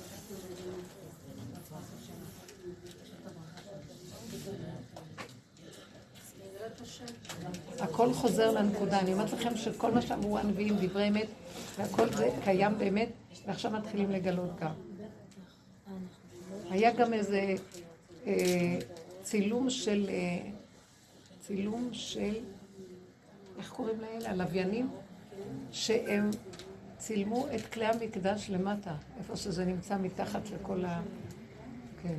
הכל חוזר לנקודה. אני אומרת לכם שכל מה שאמרו הנביאים דברי אמת, והכל זה קיים באמת, ועכשיו מתחילים לגלות גם. היה גם איזה צילום של, איך קוראים לאלה? הלוויינים, שהם צילמו את כלי המקדש למטה, איפה שזה נמצא מתחת לכל ה... כן.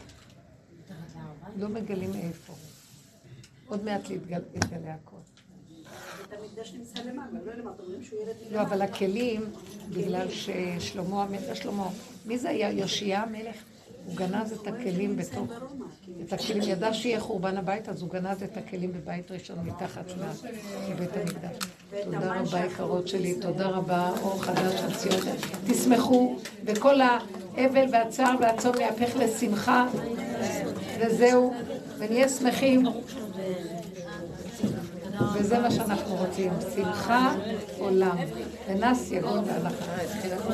לא מגלים איפה. עוד מעט להתגלה הכל. בית המקדש נמצא למעלה, לא למטה, אומרים שהוא ילד לא, אבל הכלים, בגלל ששלמה, מי זה היה? יושיע המלך? הוא גנז את הכלים בתוך, את הכלים, ידע שיהיה חורבן הבית, אז הוא גנז את הכלים בבית ראשון מתחת לבית המקדש. תודה רבה יקרות שלי, תודה רבה, אור חדש הציון. תשמחו, וכל האבל והצער והצום יהפך לשמחה, וזהו, ונהיה שמחים. וזה מה שאנחנו רוצים, שמחה עולם, ונס יגון והלכה.